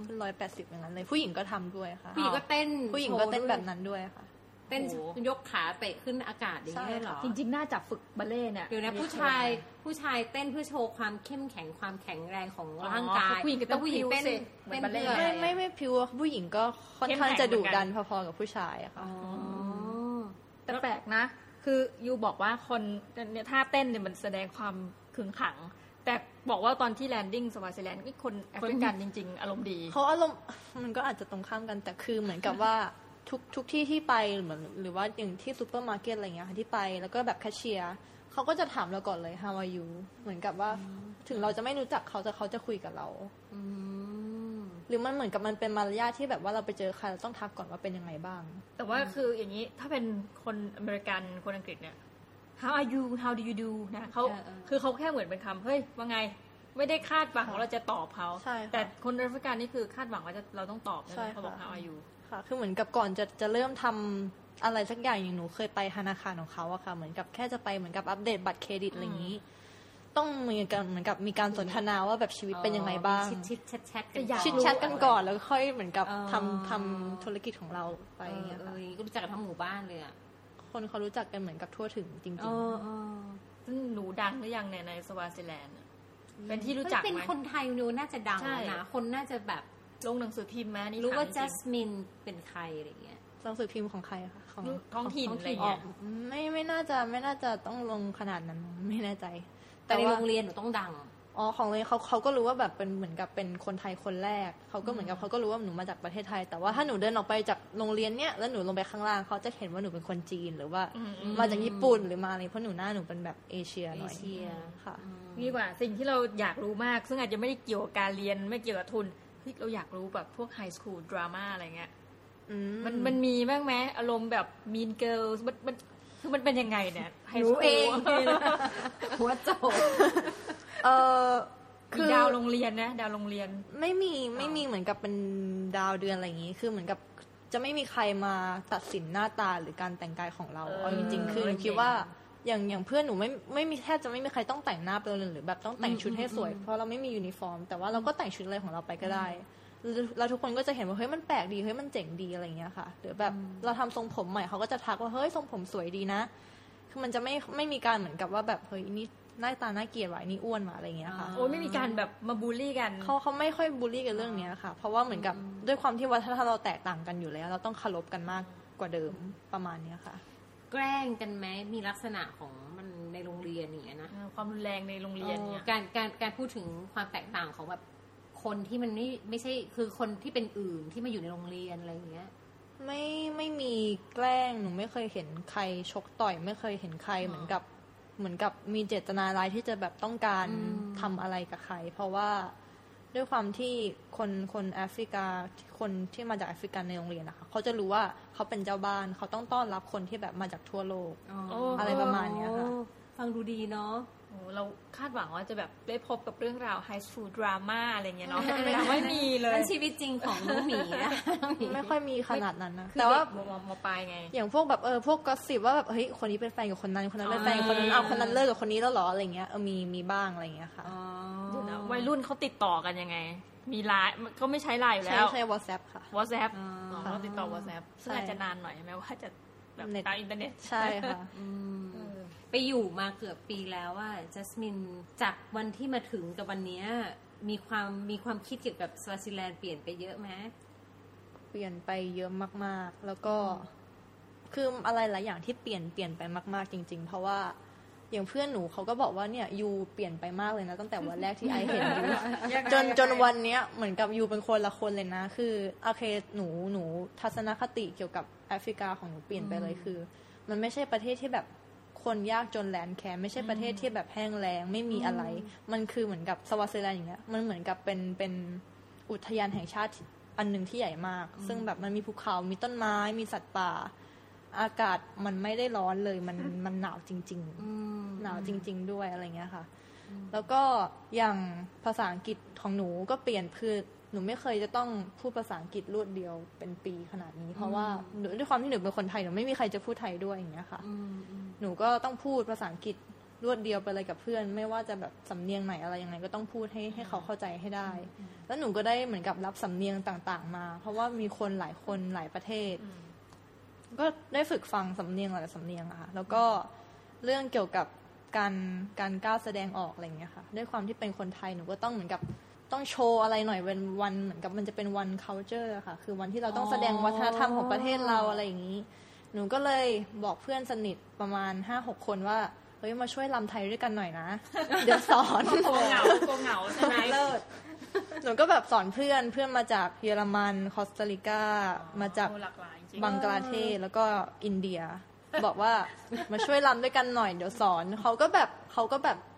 180อย่างนั้นเลยผู้หญิงก็ทำด้วยค่ะผู้หญิงก็เต้นแบบนั้นด้วยค่ะเต้นยกขาเตะขึ้นอากาศอย่างนี้เหรอจริงๆน่าจะฝึกบัลเล่เนี่ยเดี๋ยวนะผู้ชายเต้นเพื่อโชว์ความเข้มแข็งความแข็งแรงของร่างกายผู้หญิงก็ต้องผู้หญิงเต้นบัลเล่ไม่พิวผู้หญิงก็ค่อนข้างจะดุดันพอๆกับผู้ชายอะค่ะแต่แปลกนะคือยูบอกว่าคนเนี่ยท่าเต้นเนี่ยมันแสดงความขึงขังแต่บอกว่าตอนที่แลนดิ้งสวาซิแลนด์นี่คนแอฟริกันจริงๆอารมณ์ดีเขาอารมณ์มันก็อาจจะตรงข้ามกันแต่คือเหมือนกับว่าทุกที่ที่ไปหรือว่าอย่างที่ซูเปอร์มาร์เก็ตอะไรเงี้ยที่ไปแล้วก็แบบแคชเชียร์เขาก็จะถามเราก่อนเลย how are you เหมือนกับว่าถึงเราจะไม่รู้จักเขาแต่เขาจะคุยกับเราหรือมันเหมือนกับมันเป็นมารยาทที่แบบว่าเราไปเจอใครเราต้องทักก่อนว่าเป็นยังไงบ้างแต่ว่าคืออย่างนี้ถ้าเป็นคนอเมริกันคนอังกฤษเนี่ย how are you how do you do นะเขาคือเขาแค่เหมือนเป็นคำเฮ้ยว่าไงไม่ได้คาดหวังว่าเราจะตอบเขาแต่คนแอฟริกันนี่คือคาดหวังว่าเราต้องตอบนะเขาบอก how are you ค่ะคือเหมือนกับก่อนจะเริ่มทำอะไรสักอย่างหนูเคยไปธนาคารของเขาอะค่ะเหมือนกับแค่จะไปเหมือนกับอัปเดตบัตรเครดิตอะไรอย่างนี้ต้องเหมือนกับมีการสนทนาว่าแบบชีวิตเป็นยังไงบ้างชิดแชทกันก่อนแล้วค่อยเหมือนกับทำธุรกิจของเราไปก็รู้จักกันทั้งหมู่บ้านเลยอะคนเขารู้จักกันเหมือนกับทั่วถึงจริงๆซึ่งหนูดังหรือยังในสวาซิแลนด์เป็นที่รู้จักไหมเป็นคนไทยนูน่าจะดังนะคนน่าจะแบบลงหนังสือพิมพ์ไหมนี่รู้ว่าจัสมินเป็นใครอะไรเงี้ยหนังสือพิมพ์ของใครคะของท้องถิ่นอะไรเงี้ยไม่น่าจะต้องลงขนาดนั้นไม่แน่ใจแต่ในโรงเรียนหนูต้องดังของเลยเขาก็รู้ว่าแบบเป็นเหมือนกับเป็นคนไทยคนแรกเขาก็เหมือนกับเขาก็รู้ว่าหนูมาจากประเทศไทยแต่ว่าถ้าหนูเดินออกไปจากโรงเรียนเนี้ยแล้วหนูลงไปข้างล่างเขาจะเห็นว่าหนูเป็นคนจีนหรือว่ามาจากญี่ปุ่นหรือมาอะไรเพราะหนูหน้าหนูเป็นแบบเอเชียหน่อยค่ะนี่ว่าสิ่งที่เราอยากรู้มากซึ่งอาจจะไม่ได้เกี่ยวกับการเรียนไม่เกี่ยวกับทุนเราอยากรู้แบบพวกไฮสคูลดราม่าอะไรเงี้ยมันมีบ้างไหมอารมณ์แบบ Mean Girls มันคือมันเป็นยังไงเนี่ยรู้เองหัวโจคือดาวโรงเรียนนะดาวโรงเรียนไม่มีเหมือนกับเป็นดาวเดือนอะไรอย่างงี้คือเหมือนกับจะไม่มีใครมาตัดสินหน้าตาหรือการแต่งกายของเราจริงๆคือคิดว่าอย่างเพื่อนหนูไม่มีแทบจะไม่มีใครต้องแต่งหน้าไปเลยหรือแบบต้องแต่งชุดให้สวยเพราะเราไม่มียูนิฟอร์มแต่ว่าเราก็แต่งชุดอะไรของเราไปก็ได้แล้วทุกคนก็จะเห็นว่าเฮ้ยมันแปลกดีเฮ้ยมันเจ๋งดีอะไรอย่างเงี้ยค่ะหรือแบบเราทำทรงผมใหม่เขาก็จะทักว่าเฮ้ยทรงผมสวยดีนะคือมันจะไม่มีการเหมือนกับว่าแบบเฮ้ยนี่หน้าตาน่าเกลียดว่ะนี่อ้วนว่ะอะไรอย่างเงี้ยค่ะโอ้ไม่มีการแบบมาบูลลี่กันเขาไม่ค่อยบูลลี่กันเรื่องนี้ค่ะเพราะว่าเหมือนกับด้วยความที่วัฒนธรรมเราแตกต่างกันอยู่แล้วเราต้องเคารพกันมากกว่าเดิมประมาณนี้ค่ะแกล้งกันไหมมีลักษณะของมันในโรงเรียนอย่างเงี้ยนะความรุนแรงในโรงเรียนเนี่ยการพูดถึงความแตกต่างของแบบคนที่มันไม่ใช่คือคนที่เป็นอื่นที่มาอยู่ในโรงเรียนอะไรอย่างเงี้ยไม่มีแกล้งหนูไม่เคยเห็นใครชกต่อยไม่เคยเห็นใครเหมือนกับมีเจตนาร้ายที่จะแบบต้องการทำอะไรกับใครเพราะว่าด้วยความที่คนแอฟริกาคนที่มาจากแอฟริกันในโรงเรียนนะคะเขาจะรู้ว่าเขาเป็นเจ้าบ้านเขาต้องต้อนรับคนที่แบบมาจากทั่วโลกอะไรประมาณนี้ค่ะฟังดูดีเนาะเราคาดหวังว่าจะแบบได้พบกับเรื่องราวไฮสคูลดราม่าอะไรเงี้ยเนาะแต่ไม่มีเลยชีวิตจริงของน้องหมีนะไม่ค่อยมีขนาดนั้นนะแต่ว่ามปลายไงอย่างพวกแบบพวกกอสซิปว่าแบบเฮ้ยคนนี้เป็นแฟนกับคนนั้นคนนั้นเป็นแฟนกับคนนั้นเอาคนนั้นเลิกกับคนนี้แล้วหรออะไรเงี้ยมีบ้างอะไรเงี้ยค่ะวัยรุ่นเขาติดต่อกันยังไงมีไลน์เขาไม่ใช้ไลน์อยู่แล้วใช้ WhatsApp ค่ะ WhatsApp เขาติดต่อ WhatsApp ซึ่งอาจจะนานหน่อยใช่ไหมว่าจะแบบตามอินเทอร์เน็ตใช่ค่ะไปอยู่มาเกือบปีแล้วว่าจัสมินจากวันที่มาถึงกับวันนี้มีความคิดเกี่ยวกับสวาซิแลนด์เปลี่ยนไปเยอะไหมเปลี่ยนไปเยอะมากๆแล้วก็คืออะไรหลายอย่างที่เปลี่ยนไปมากๆจริงๆเพราะว่าอย่างเพื่อนหนูเขาก็บอกว่าเนี่ยยูเปลี่ยนไปมากเลยนะตั้งแต่วันแรกที่ไอเห็นยูจนวันนี้เหมือนกับยูเป็นคนละคนเลยนะคือโอเคหนูทัศนคติเกี่ยวกับแอฟริกาของหนูเปลี่ยนไปเลยคือมันไม่ใช่ประเทศที่แบบคนยากจนแลนด์แคร์ไม่ใช่ประเทศที่แบบแห้งแล้งไม่มีอะไรมันคือเหมือนกับสวาซิแลนด์อย่างเงี้ยมันเหมือนกับเป็นอุทยานแห่งชาติอันนึงที่ใหญ่มากซึ่งแบบมันมีภูเขามีต้นไม้มีสัตว์ป่าอากาศมันไม่ได้ร้อนเลยมันหนาวจริงๆหนาวจริงๆด้วยอะไรเงี้ยค่ะแล้วก็อย่างภาษาอังกฤษของหนูก็เปลี่ยนคือหนูไม่เคยจะต้องพูดภาษาอังกฤษรวดเดียวเป็นปีขนาดนี้เพราะว่าด้วยความที่หนูเป็นคนไทยหนูไม่มีใครจะพูดไทยด้วยอย่างเงี้ยค่ะหนูก็ต้องพูดภาษาอังกฤษรวดเดียวไปเลยกับเพื่อนไม่ว่าจะแบบสำเนียงไหนอะไรยังไงก็ต้องพูดให้เขาเข้าใจให้ได้แล้วหนูก็ได้เหมือนกับรับสำเนียงต่างๆมาเพราะว่ามีคนหลายคนหลายประเทศก็ได้ฝึกฟังสำเนียงหลายสำเนียงอะค่ะแล้วก็เรื่องเกี่ยวกับการก้าวแสดงออกอะไรอย่างเงี้ยค่ะด้วยความที่เป็นคนไทยหนูก็ต้องเหมือนกับต้องโชว์อะไรหน่อยเป็นวันเหมือนกับมันจะเป็นวัน culture อะค่ะคือวันที่เราต้องแสดงวัฒนธรรมของประเทศเราอะไรอย่างนี้หนูก็เลยบอกเพื่อนสนิทประมาณ 5-6 คนว่าเฮ้ยมาช่วยรำไทยด้วยกันหน่อยนะเดี๋ยวสอนโกเหงาใช่ไหมเลิศหนูก็แบบสอนเพื่อนมาจากเยอรมันคอสตาริกามาจากบังกลาเทศแล้วก็อินเดียบอกว่ามาช่วยรำด้วยกันหน่อยเดี๋ยวสอนเขาก็แบบ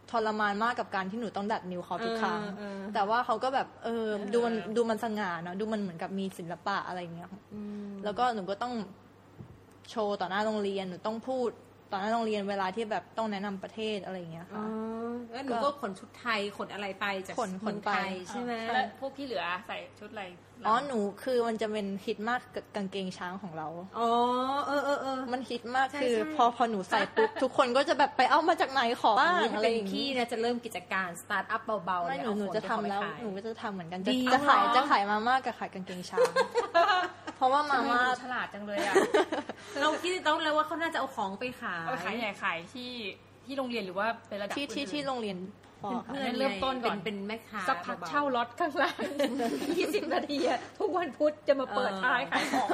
ทรมานมากกับการที่หนูต้องดัดนิ้วเขาทุกครั้งแต่ว่าเขาก็แบบดูมันสง่าเนาะดูมันเหมือนกับมีศิลปะอะไรเงี้ยแล้วก็หนูก็ต้องโชว์ต่อหน้าโรงเรียนหนูต้องพูดต่อหน้าโรงเรียนเวลาที่แบบต้องแนะนำประเทศอะไรเงี้ยค่ะแล้วหนูก็ขนชุดไทยขนอะไรไปจากขนไปใช่ไหมแล้วพวกที่เหลือใส่ชุดอะไรหนูคือมันจะเป็นฮิตมากกับกางเกงช้างของเรามันฮิตมากคือพอหนูใส่ปุ๊บทุกคนก็จะแบบไปเอามาจากไหนขอบ้างอะไรอย่างงี้พี่นะจะเริ่มกิจการสตาร์ทอัพเบาๆเลยหนูจะทำแล้วหนูก็จะทำเหมือนกันจะขายมาม่ากับขายกางเกงช้างเพราะว่ามาม่าฉลาดจังเลยอ่ะเราคิดต้องแล้วว่าเขาน่าจะเอาของไปขายขายที่โรงเรียนหรือว่าเป็นระดับที่โรงเรียนเพื่อนเริ่มต้นก่อนเป็นแม่ค้าสักพักเช่ารถข้างล่าง20 นาทีทุกวันพุธจะมาเปิดท้ายขายของ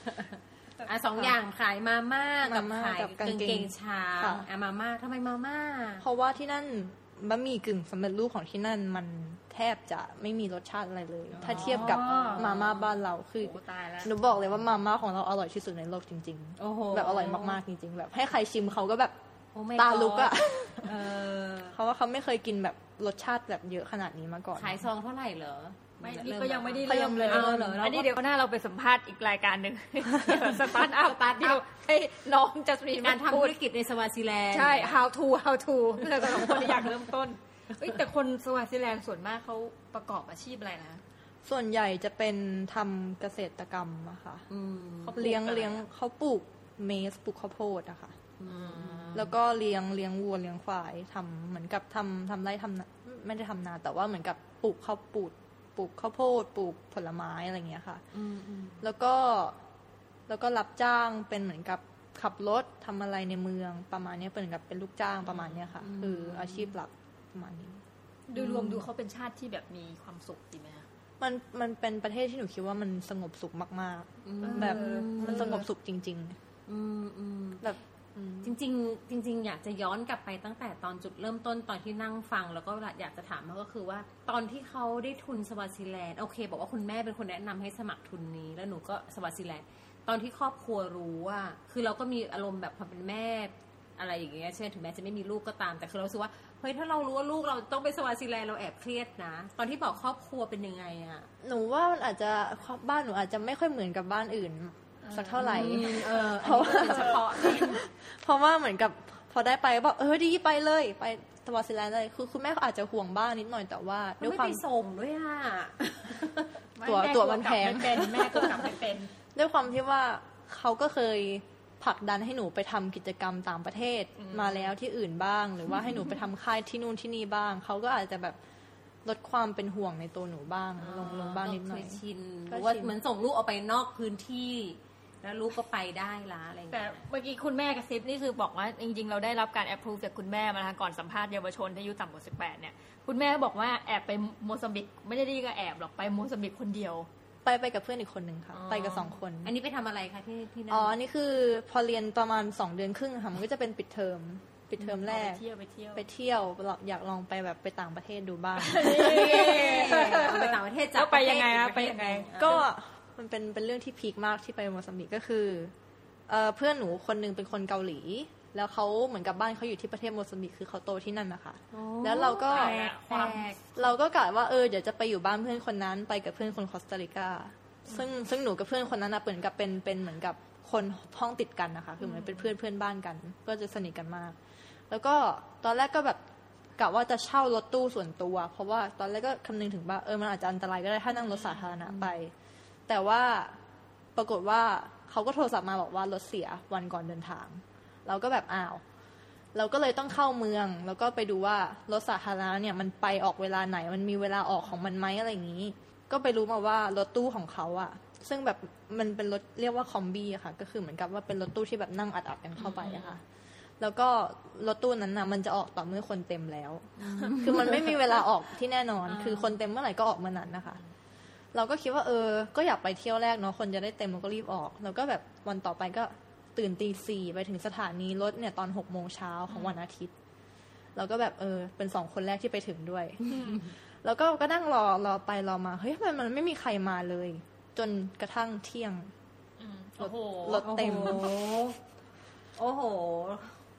2 อย่างขายมาม่ากับขายกางเกงช้างมาม่าทำไมมาม่าเพราะว่าที่นั่นบะหมี่กึ่งสำเร็จรูปของที่นั่นมันแทบจะไม่มีรสชาติอะไรเลยถ้าเทียบกับมาม่าบ้านเราคือหนูบอกเลยว่ามาม่าของเราอร่อยที่สุดในโลกจริงๆแบบอร่อยมากๆจริงๆแบบให้ใครชิมเขาก็แบบตาลุกอะเขาว่าเขาไม่เคยกินแบบรสชาติแบบเยอะขนาดนี้มาก่อนขายซองเท่าไหร่เหรอไม่นี่ก็ยังไม่ได้เริ่มเลยอันนี้เดี๋ยวหน้าเราไปสัมภาษณ์อีกรายการหนึ่งสตาร์ทอัพเดียวให้น้องจัสมินการทำธุรกิจในสวาซิแลนด์ใช่ how to เราสองคนอยากเริ่มต้นแต่คนสวาซิแลนด์ส่วนมากเขาประกอบอาชีพอะไรนะส่วนใหญ่จะเป็นทำเกษตรกรรมอะค่ะเขาเลี้ยงเขาปลูกเมสปลูกข้าวโพดอะค่ะแล้วก็เลี้ยงวัวเลี้ยงควายทำเหมือนกับทำไร่ทำไม่ได้ทำนาแต่ว่าเหมือนกับปลูกข้าวโพดปลูกผลไม้อะไรเงี้ยค่ะแล้วก็รับจ้างเป็นเหมือนกับขับรถทำอะไรในเมืองประมาณนี้เป็นกับเป็นลูกจ้างประมาณนี้ค่ะคืออาชีพหลักประมาณนี้ดูรวมดูเขาเป็นชาติที่แบบมีความสุขดีไหมคะมันเป็นประเทศที่หนูคิดว่ามันสงบสุขมากๆแบบมันสงบสุขจริงๆแบบจริงอยากจะย้อนกลับไปตั้งแต่ตอนจุดเริ่มต้นตอนที่นั่งฟังแล้วก็อยากจะถามก็คือว่าตอนที่เขาได้ทุนสวาซิแลนด์โอเคบอกว่าคุณแม่เป็นคนแนะนำให้สมัครทุนนี้แล้วหนูก็สวาซิแลนด์ตอนที่ครอบครัวรู้ว่าคือเราก็มีอารมณ์แบบความเป็นแม่อะไรอย่างเงี้ยใช่ไหมถึงแม้จะไม่มีลูกก็ตามแต่คือเรารู้สึกว่าเฮ้ยถ้าเรารู้ว่าลูกเราต้องไปสวาซิแลนด์เราแอบเครียดนะตอนที่บอกครอบครัวเป็นยังไงอะหนูว่ามันอาจจะบ้านหนูอาจจะไม่ค่อยเหมือนกับบ้านอื่นสักเท่าไหร่เพราะว่าเหมือนกับพอได้ไปบอกดีไปเลยไปสวาซิแลนด์เลยคือคุณแม่อาจจะห่วงบ้านนิดหน่อยแต่ว่าด้วยความส่งด้วยอะตัวมันแพงแม่ก็กลับไม่เป็นด้วยความที่ว่าเขาก็เคยผลักดันให้หนูไปทำกิจกรรมต่างประเทศมาแล้วที่อื่นบ้างหรือว่าให้หนูไปทำค่ายที่นู่นที่นี่บ้างเขาก็อาจจะแบบลดความเป็นห่วงในตัวหนูบ้างลงบ้างนิดหน่อยชินว่าเหมือนส่งลูกออกไปนอกพื้นที่แล้วลูกก็ไปได้ละอะไรอย่างเงี้ยแต่เมื่อกี้คุณแม่กระซิบนี่คือบอกว่าจริงๆเราได้รับการแอปพรูฟจากคุณแม่มาแล้วก่อนสัมภาษณ์เยาวชนที่อายุต่ำกว่า18เนี่ยคุณแม่บอกว่าแอบไปโมซัมบิกไม่ได้ก็แอบหรอกไปโมซัมบิกคนเดียวไปกับเพื่อนอีกคนนึงค่ะไปกับ2 คนอันนี้ไปทำอะไรคะที่นั่นอันนี้คือพอเรียนประมาณ2 เดือนครึ่งค่ะมันก็จะเป็นปิดเทอมแรกไปเที่ยวอยากลองไปแบบไปต่างประเทศดูบ้างไปต่างประเทศจะไปยังไงอะไปยังไงก็มันเป็นเรื่องที่พีคมากที่ไปโมซัมบิกก็คือเพื่อนหนูคนนึงเป็นคนเกาหลีแล้วเขาเหมือนกับบ้านเขาอยู่ที่ประเทศโมซัมบิกคือเขาโตที่นั่นนะคะแล้วเราก็กะว่าเดี๋ยวจะไปอยู่บ้านเพื่อนคนนั้นไปกับเพื่อนคนคอสตาริกาซึ่งหนูกับเพื่อนคนนั้นเหมือนกับเป็นเหมือนกับคนห้องติดกันนะคะคือเหมือนเป็นเพื่อนบ้านกันก็จะสนิทกันมากแล้วก็ตอนแรกก็แบบกะว่าจะเช่ารถตู้ส่วนตัวเพราะว่าตอนแรกก็คำนึงถึงว่ามันอาจจะอันตรายก็ได้ถ้านั่งรถสาธารณะไปแต่ว่าปรากฏว่าเขาก็โทรศัพท์มาบอกว่ารถเสียวันก่อนเดินทางเราก็แบบเราก็เลยต้องเข้าเมืองแล้วก็ไปดูว่ารถสาธารณะเนี่ยมันไปออกเวลาไหนมันมีเวลาออกของมันไหมอะไรอย่างนี้ก็ไปรู้มาว่ารถตู้ของเขาอะซึ่งแบบมันเป็นรถเรียกว่าคอมบี้อะค่ะก็คือเหมือนกับว่าเป็นรถตู้ที่แบบนั่งอัดกันเข้าไปอะค่ะแล้วก็รถตู้นั้นน่ะมันจะออกต่อเมื่อคนเต็มแล้วคือมันไม่มีเวลาออกที่แน่นอนคือคนเต็มเมื่อไหร่ก็ออกเมื่อนั้นนะคะเราก็คิดว่าก็อยากไปเที่ยวแรกเนาะคนจะได้เต็มเราก็รีบออกแล้วก็แบบวันต่อไปก็ตื่นตี 4ไปถึงสถานีรถเนี่ยตอน 6 โมงเช้าของวันอาทิตย์เราก็แบบเป็น2 คนแรกที่ไปถึงด้วยแล้วก็นั่งรอไปรอมาเฮ้ยมันไม่มีใครมาเลยจนกระทั่งเที่ยงรถเต็มโอ้โห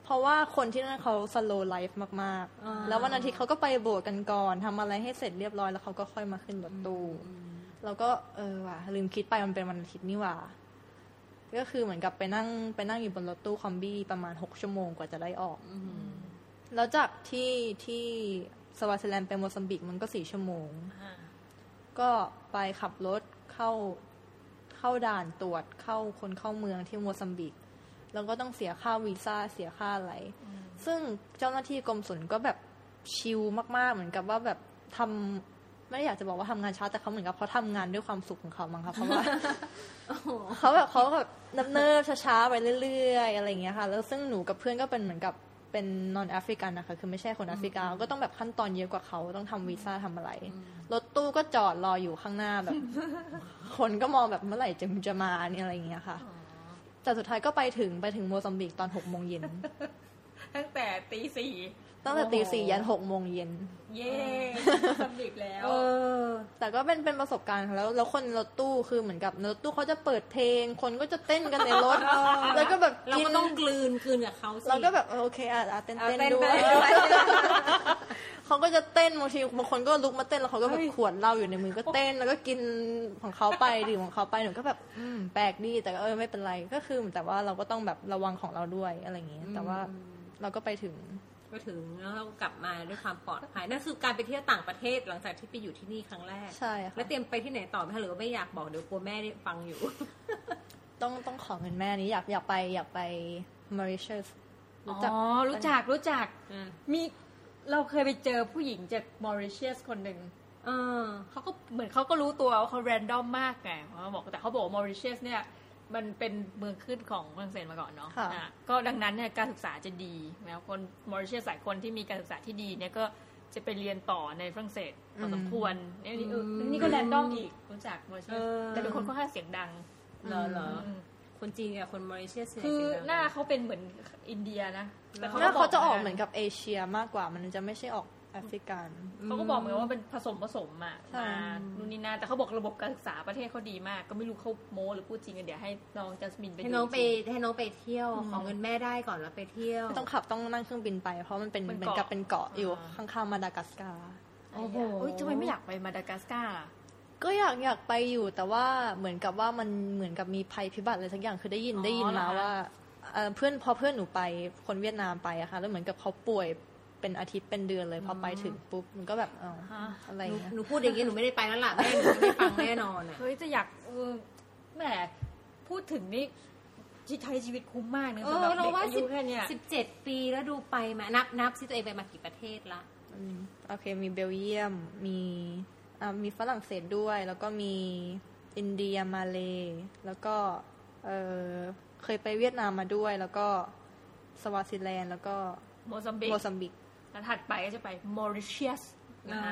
เพราะว่าคนที่นั่นเขา slow life มากๆแล้ววันอาทิตย์เขาก็ไปโบสถ์กันก่อนทำอะไรให้เสร็จเรียบร้อยแล้วเขาก็ค่อยมาขึ้นรถตู้แล้วก็ว่ะลืมคิดไปมันเป็นวันอาทิตย์นี่หว่าก็คือเหมือนกับไปนั่งอยู่บนรถตู้คอมบี้ประมาณ6 ชั่วโมงกว่าจะได้ออกแล้วจากที่สวาซิแลนด์ไปโมซัมบิกมันก็4 ชั่วโมงก็ไปขับรถเข้าด่านตรวจเข้าคนเข้าเมืองที่โมซัมบิกแล้วก็ต้องเสียค่าวีซ่าเสียค่าอะไรซึ่งเจ้าหน้าที่กรมศุลก็แบบชิลมากๆเหมือนกับว่าแบบทำไม่ได้อยากจะบอกว่าทำงานช้าแต่เขาเหมือนกับเขาทำงานด้วยความสุขของเขามั้งคะเพราะว่า เขาแบบเนิบๆช้าๆไปเรื่อยๆอะไรอย่างเงี้ยค่ะแล้วซึ่งหนูกับเพื่อนก็เป็นเหมือนกับเป็นนอนแอฟริกันนะคะคือไม่ใช่คนแอฟริกาก็ต้องแบบขั้นตอนเยอะกว่าเขาต้องทำวีซ่าทำอะไรรถตู้ก็จอดรออยู่ข้างหน้าแบบ คนก็มองแบบเมื่อไหร่จะมาเนี่ยอะไรอย่างเงี้ยค่ะแต่สุดท้ายก็ไปถึงโมซัมบิกตอน6 โมงเย็นตั้งแต่ตี 4 ตั้งแต่ตี 4ยัน6 โมงเย็นเย้สำเร็จแล้วแต่ก็เป็นประสบการณ์ค่ะแล้วคนรถตู้คือเหมือนกับรถตู้เขาจะเปิดเพลงคนก็จะเต้นกันในรถแล้วก็แบบเราก็ต้องกลืนกับเขาสิเราก็แบบโอเคเต้นด้วยเขาก็จะเต้นบางทีบางคนก็ลุกมาเต้นแล้วเขาก็แบบขวดเหล้าอยู่ในมือก็เต้นแล้วก็กินของเขาไปดื่มของเขาไปหนูก็แบบแปลกดีแต่ไม่เป็นไรก็คือแต่ว่าเราก็ต้องแบบระวังของเราด้วยอะไรอย่างเงี้ยแต่ว่าเราก็ไปถึงแล้วเรากลับมาด้วยความปลอดภัยนั่นคือการไปเที่ยวต่างประเทศหลังจากที่ไปอยู่ที่นี่ครั้งแรกใช่ค่ะแล้วเตรียมไปที่ไหนต่อไหมคะหรือว่าไม่อยากบอกเดี๋ยวกลัวแม่ได้ฟังอยู่ต้องขอเงินแม่นี้อยากไปมอริเชียสรู้จักมีเราเคยไปเจอผู้หญิงจากมอริเชียสคนหนึ่งเขาก็เหมือนเขาก็รู้ตัวว่าเขาแรนดอมมากไงเขาบอกแต่เขาบอกมอริเชียสเนี่ยมันเป็นเมืองขึ้นของฝรั่งเศสมาก่อนเนาะก็ดังนั้นเนี่ยการศึกษาจะดีแล้วคนมอริเชียสหลายคนที่มีการศึกษาที่ดีเนี่ยก็จะไปเรียนต่อในฝรั่งเศสพอสมควรนี่ก็แรนดอมอีกรู้จักมอริเชียสแต่เป็นคนค่อนข้างเสียงดังเหรอคนจีนกับคนมอริเชียสคือหน้าเขาเป็นเหมือนอินเดียนะแต่เขาจะออกเหมือนกับเอเชียมากกว่ามันจะไม่ใช่ออกแอฟริกันเขาก็บอกเหมือนว่าเป็นผสมอ่ะมานู่นนี่นั่นแต่เขาบอกระบบการศึกษาประเทศเขาดีมากก็ไม่รู้เขาโม้หรือพูดจริงกันเดี๋ยวให้น้องจัสมินไปให้น้องไปเที่ยวของเงินแม่ได้ก่อนแล้วไปเที่ยวไม่ต้องขับต้องนั่งเครื่องบินไปเพราะมันเป็นเหมือนกับเป็นเกาะอยู่ข้างๆมาดากัสการ์โอ้โหทำไมไม่อยากไปมาดากัสการ์ก็อยากไปอยู่แต่ว่าเหมือนกับว่ามันเหมือนกับมีภัยพิบัติอะไรสักอย่างคือได้ยินมาว่าเพื่อนหนูไปคนเวียดนามไปอะค่ะแล้วเหมือนกับเขาป่วยเป็นอาทิตย์เป็นเดือนเลยพอไปถึงปุ๊บมันก็แบบอะไรเงี้ยหนูพูดอย่างงี้หนูไม่ได้ไปแล้วล่ะแม่หนูไม่ได้ฟังแน่นอนอ่ะเฮ้ยจะอยากแหมพูดถึงนี่ชีวิตคุ้มมากนะสำหรับเด็กอายุแค่นี้ 17 ปีแล้วดูไปมานับสิตัวเองไปมากี่ประเทศละโอเคมีเบลเยียมมีฝรั่งเศสด้วยแล้วก็มีอินเดียมาเลแล้วก็เคยไปเวียดนามมาด้วยแล้วก็สวาซิแลนด์แล้วก็โมซัมบิกแล้วถัดไปก็จะไปมอริเชียสนะคะ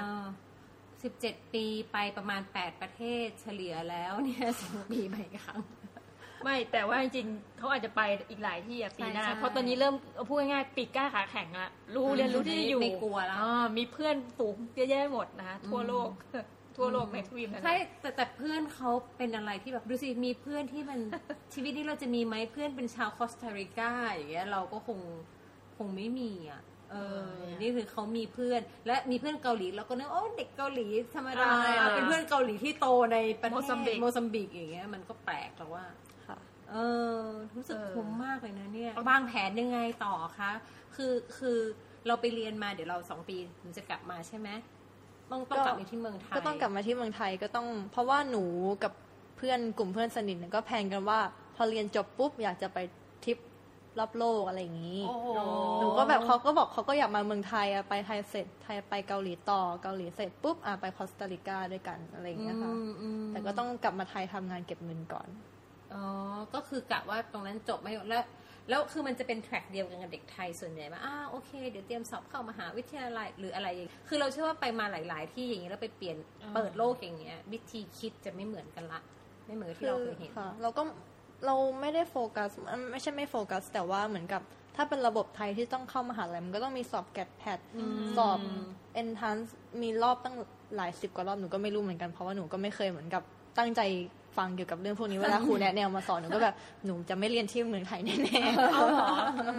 17 ปีไปประมาณ8ประเทศเฉลี่ยแล้วเนี่ย10 ปีไปครั้งไม่แต่ว่าจริงๆเขาอาจจะไปอีกหลายที่ปีหน้าเพราะตอนนี้เริ่มพูดง่ายๆปีกกล้าขาแข็งละเรียนรู้ที่จะอยู่ไม่กลัวแล้วมีเพื่อนฝูงเยอะแยะหมดนะคะทั่วโลกในทวีปนั้นใช่แต่เพื่อนเขาเป็นอะไรที่แบบดูสิมีเพื่อนที่มัน ชีวิตนี้เราจะมีไหมเพื่อนเป็นชาวคอสตาริกาอย่างเงี้ยเราก็คงไม่มีอ่ะนี่คือเขามีเพื่อนและมีเพื่อนเกาหลีเราก็นึกเด็กเกาหลีธรรมดาเป็นเพื่อนเกาหลีที่โตในประเทศโมซัมบิกอย่างเงี้ยมันก็แปลกแต่ว่ารู้สึกคุ้มมากเลยนะเนี่ยวางแผนยังไงต่อคะคือเราไปเรียนมาเดี๋ยวเรา2 ปีถึงจะกลับมาใช่ไหมต้องกลับมาที่เมืองไทยก็ต้องกลับมาที่เมืองไทยก็ต้องเพราะว่าหนูกับเพื่อนกลุ่มเพื่อนสนิทก็แพลนกันว่าพอเรียนจบปุ๊บอยากจะไปทริปรอบโลกอะไรอย่างนี้หนูก็แบบเขาก็บอกเขาก็อยากมาเมืองไทยไปไทยเสร็จไทยไปเกาหลีต่อเกาหลีเสร็จปุ๊บไปคอสตาริกาด้วยกันอะไรอย่างเงี้ยค่ะแต่ก็ต้องกลับมาไทยทำงานเก็บเงินก่อนก็คือกะว่าตรงนั้นจบไม่แล้วคือมันจะเป็นแทร็กเดียวกันกับเด็กไทยส่วนใหญ่ว่าโอเคเดี๋ยวเตรียมสอบเข้ามหาวิทยาลัยหรืออะไรอย่างคือเราเชื่อว่าไปมาหลายๆที่อย่างนี้แล้วไปเปลี่ยนเปิดโลกอย่างเงี้ยวิธีคิดจะไม่เหมือนกันละไม่เหมือนที่เราเคยเห็นเราไม่ได้โฟกัสไม่ใช่ไม่โฟกัสแต่ว่าเหมือนกับถ้าเป็นระบบไทยที่ต้องเข้ามหาลัยมันก็ต้องมีสอบแกดแพดสอบ entrance มีรอบตั้งหลาย10 กว่ารอบหนูก็ไม่รู้เหมือนกันเพราะว่าหนูก็ไม่เคยเหมือนกับตั้งใจฟังเกี่ยวกับเรื่องพวกนี้เวลาครูแนะแนวมาสอนหนูก็แบบหนูจะไม่เรียนที่เมืองไทยแน่ๆ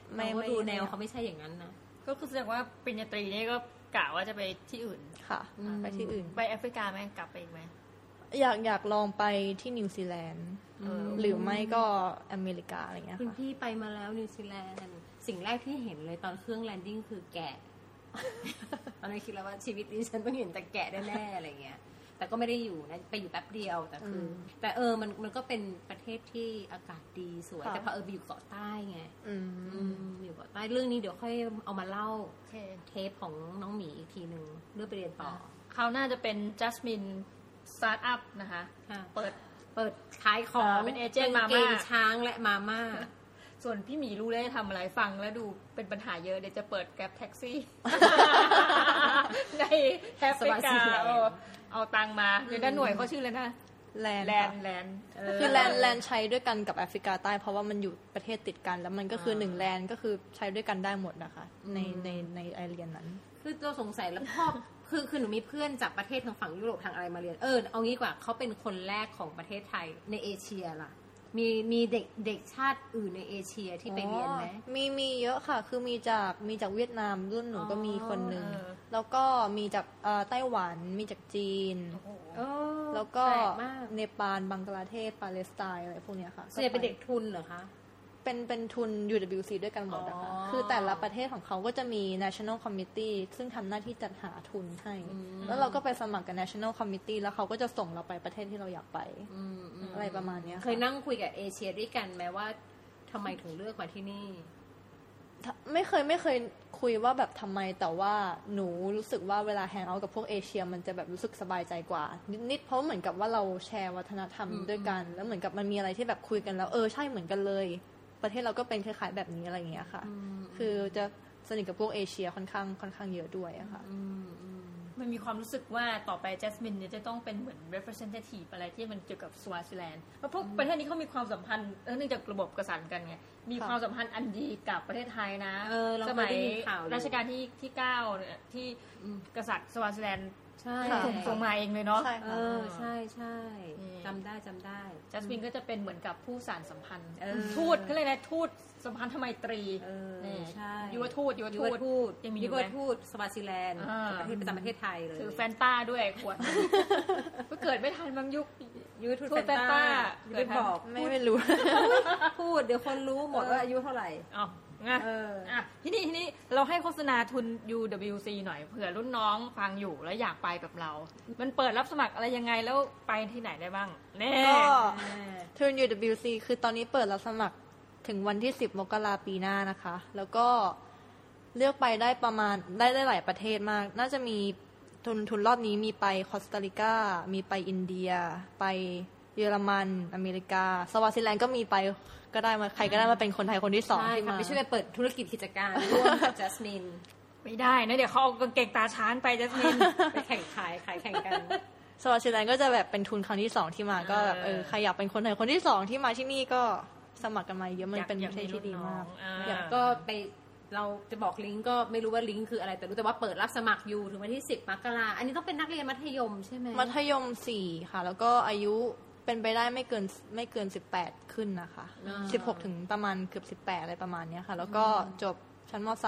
ไม่ดูแนวเขาไม่ใช่อย่างนั้นนะก็คือแสดงว่าปริญญาตรีนี่ก็กะว่าจะไปที่อื่นค่ะไปที่อื่นไปแอฟริกาไหมกลับไปอีกไหมอยากลองไปที่นิวซีแลนด์หรือไม่ก็อเมริกาอะไรเงี้ยคุณค่ะพี่ไปมาแล้วนิวซีแลนด์สิ่งแรกที่เห็นเลยตอนเครื่องแลนดิ้งคือแกะ ตอนนั้นคิดแล้วว่าชีวิตนี้ฉันต้องเห็นแต่แกะแน่ๆอะไรเงี้ยแต่ก็ไม่ได้อยู่นะไปอยู่แป๊บเดียวแต่คือแต่มันก็เป็นประเทศที่อากาศดีสวยแต่พอไปอยู่เกาะใต้ไงอยู่เกาะใต้เรื่องนี้เดี๋ยวค่อยเอามาเล่าเทปของน้องหมีอีกทีนึงเรื่องไปเรียนต่อเขาน่าจะเป็นจัสมินสตาร์ทอัพนะคะเปิดขายของเป็นเอเจนต์มาม่าเกงช้างและมาม่าส่วนพี่หมีรู้เลยทำอะไรฟังแล้วดูเป็นปัญหาเยอะเดี๋ยวจะเปิดแกร็บแท็กซี่ ในแอฟริกาเอาตังมาเดี๋ยวด้านหน่วยเขาชื่ออะไรนะแลนด์คือแลนด์ใช้ด้วยกันกับแอฟริกาใต้เพราะว่ามันอยู่ประเทศติดกันแล้วมันก็คือ1แลนด์ก็คือใช้ด้วยกันได้หมดนะคะในไอเรียนนั้นคือเราสงสัยแล้วพ่อคือหนูมีเพื่อนจากประเทศทางฝั่งยุโรปทางอะไรมาเรียนเอางี้กว่าเขาเป็นคนแรกของประเทศไทยในเอเชียล่ะมีเด็กชาติอื่นในเอเชียที่ไปเรียนไหมมีเยอะค่ะคือมีจากเวียดนามรุ่นหนูก็มีคนหนึ่งแล้วก็มีจากไต้หวันมีจากจีนแล้วก็เนปาลบังกลาเทศปาเลสไตน์อะไรพวกเนี้ยค่ะส่วนใหญ่เป็นเด็กทุนเหรอคะเป็นทุน UWC ด้วยกันหมดนะคะคือแต่ละประเทศของเขาก็จะมี National Committee ซึ่งทำหน้าที่จัดหาทุนให้แล้วเราก็ไปสมัครกับ National Committee แล้วเขาก็จะส่งเราไปประเทศที่เราอยากไปอะไรประมาณนี้เคยนั่งคุยกับเอเชียด้วยกันไหมว่าทำไมถึงเลือกมาที่นี่ไม่เคยคุยว่าแบบทำไมแต่ว่าหนูรู้สึกว่าเวลาแฮงเอาท์กับพวกเอเชียมันจะแบบรู้สึกสบายใจกว่านิดเพราะเหมือนกับว่าเราแชร์วัฒนธรรมด้วยกันแล้วเหมือนกับมันมีอะไรที่แบบคุยกันแล้วใช่เหมือนกันเลยประเทศเราก็เป็นคล้ายๆแบบนี้อะไรอย่างเงี้ยค่ะคือจะสนิทกับพวกเอเชียค่อนข้างเยอะด้วยอะค่ะมันมีความรู้สึกว่าต่อไปแจสมินเนี่ยจะต้องเป็นเหมือน representative อะไรที่มันเกี่ยวกับสวาซิแลนด์เพราะพวกประเทศนี้เขามีความสัมพันธ์เนื่องจากระบบกษัตริย์กันไงมีความสัมพันธ์อันดีกับประเทศไทยนะสมัยรัชกาลที่9เนี่ยที่กษัตริย์สวาซิแลนด์ส่งมาเองเลยเนาะใช่จำได้จัสมินก็จะเป็นเหมือนกับผู้สานสัมพันธ์ทูตเขาเรียกอะไรทูตสัมพันธไมตรีใช่ยุวทูตยังมียุวทูตสวาซิแลนด์ประจำประเทศไทยเลยถือแฟนต้าด้วยขวดก็เกิดไม่ทันบางยุคยุวทูตแฟนต้าเกิดบอกไม่รู้พูดเดี๋ยวคนรู้หมดว่าอายุเท่าไหร่ทีนี้เราให้โฆษณาทุน UWC หน่อยเผื่อรุ่นน้องฟังอยู่แล้วอยากไปแบบเรามันเปิดรับสมัครอะไรยังไงแล้วไปที่ไหนได้บ้างก็ทุน UWC คือตอนนี้เปิดรับสมัครถึงวันที่10 มกราคมปีหน้านะคะแล้วก็เลือกไปได้ประมาณได้หลายประเทศมากน่าจะมีทุนรอบนี้มีไปคอสตาริกามีไปอินเดียไปเยอรมันอเมริกาสวาซิแลนด์ก็มีไปก็ได้มาใครก็ได้มาเป็นคนไทยคนที่2ที่มาไปช่วยเปิดธุรกิจกิจการร่วมกับจัสมินไม่ได้นะเดี๋ยวเขาเอากางเกงตาช้างไปจัสมินไปแข่งขายแข่งกันสวาซิแลนด์ก็จะแบบเป็นทุนครั้งที่2ที่มาก็แบบใครอยากเป็นคนไทยคนที่2ที่มาที่นี่ก็สมัครกันมาเยอะมันเป็นประเทศที่ดีมากก็ไปเราจะบอกลิงก์ก็ไม่รู้ว่าลิงก์คืออะไรแต่รู้แต่ว่าเปิดรับสมัครอยู่ถึงวันที่10 มกราคมอันนี้ต้องเป็นนักเรียนมัธยมใช่ไหมมัธยม4ค่ะแล้วก็อายุเป็นไปได้ไม่เกิน18ขึ้นนะคะ16ถึงประมาณเกือบ18อะไรประมาณนี้ค่ะแล้วก็จบชั้นม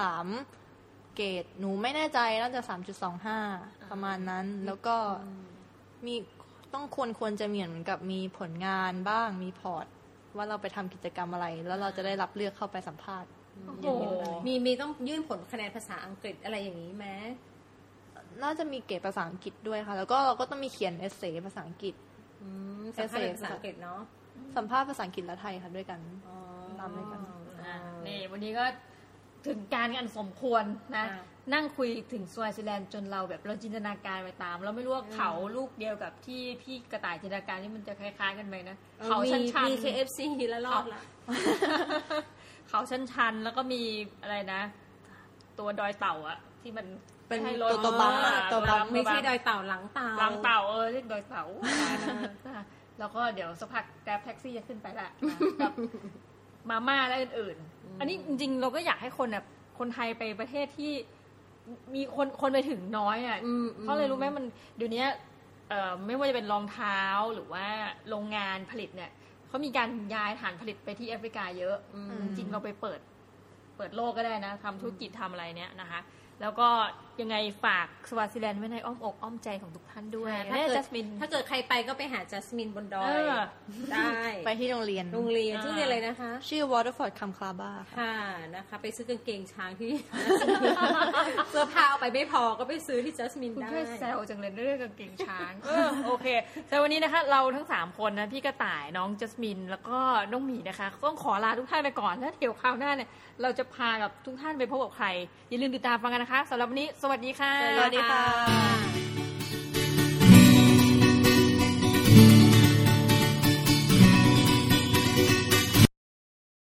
.3 เกรดหนูไม่แน่ใจน่าจะ 3.25 ประมาณนั้นแล้วก็มีต้องควรจะมีเหมือนกับมีผลงานบ้างมีพอร์ตว่าเราไปทำกิจกรรมอะไรแล้วเราจะได้รับเลือกเข้าไปสัมภาษณ์มีต้องยื่นผลคะแนนภาษาอังกฤษอะไรอย่างนี้ไหมน่าจะมีเกรดภาษาอังกฤษด้วยค่ะแล้วก็เราก็ต้องมีเขียนเอเซ่ภาษาอังกฤษสัมภาษณ์ภาษาอังกฤษเนาะสัมภาษณ์ภาษาอังกฤษและไทยค่ะด้วยกันตามด้วยกันนี่วันนี้ก็ถึงการอันสมควรนะนั่งคุยถึงสวาซิแลนด์จนเราแบบเราจินตนาการไปตามเราไม่รู้ว่าเขาลูกเดียวกับที่พี่กระต่ายจินตนาการนี่มันจะคล้ายๆกันไหมนะเขาชันมี KFC แล้วรอดละเขาชันแล้วก็มีอะไรนะตัวดอยเต่าอะที่มันเป็นตัวบัมไม่ใช่ดอยเต่าหลังเต่าเรียกดอยเต่าแล้วก็เดี๋ยวสักพักแกร็บแท็กซี่จะขึ้นไปละกับมาม่าและอื่นๆอันนี้จริงๆเราก็อยากให้คนไทยไปประเทศที่มีคนไปถึงน้อยอ่ะเพราะอะไรรู้ไหมมันเดี๋ยวนี้ไม่ว่าจะเป็นรองเท้าหรือว่าโรงงานผลิตเนี่ยเขามีการย้ายฐานผลิตไปที่แอฟริกาเยอะจริงเราไปเปิดเปิดโลกก็ได้นะทำธุรกิจทำอะไรเนี้ยนะคะแล้วก็ยังไงฝากสวาซิแลนด์ไว้ในอ้อมอกอ้อมใจของทุกท่านด้วยถ้าเกิดใครไปก็ไปหาจัสมินบนดอยได้ไปที่โรงเรียนชื่อเรียนอะไรนะคะชื่อ Waterford Kamklaba ค่ะนะคะไปซื้อกางเกงช้างที่ เสื้อผ้าเอาไปไม่พอก็ไปซื้อที่จัสมินคุณได้แค่แซวจังเลยเรื่องกางเกงช้างโอเคแต่วันนี้นะคะเราทั้ง3คนนะพี่กระต่ายน้องจัสมินแล้วก็น้องหมีนะคะต้องขอลาทุกท่านไปก่อนแล้วเดี๋ยวคราวหน้าเนี่ยเราจะพากับทุกท่านไปพบกับใครอย่าลืมติดตามฟังกันนะคะสำหรับวันนี้สวัสดีค่ะสวัสดีค่ะ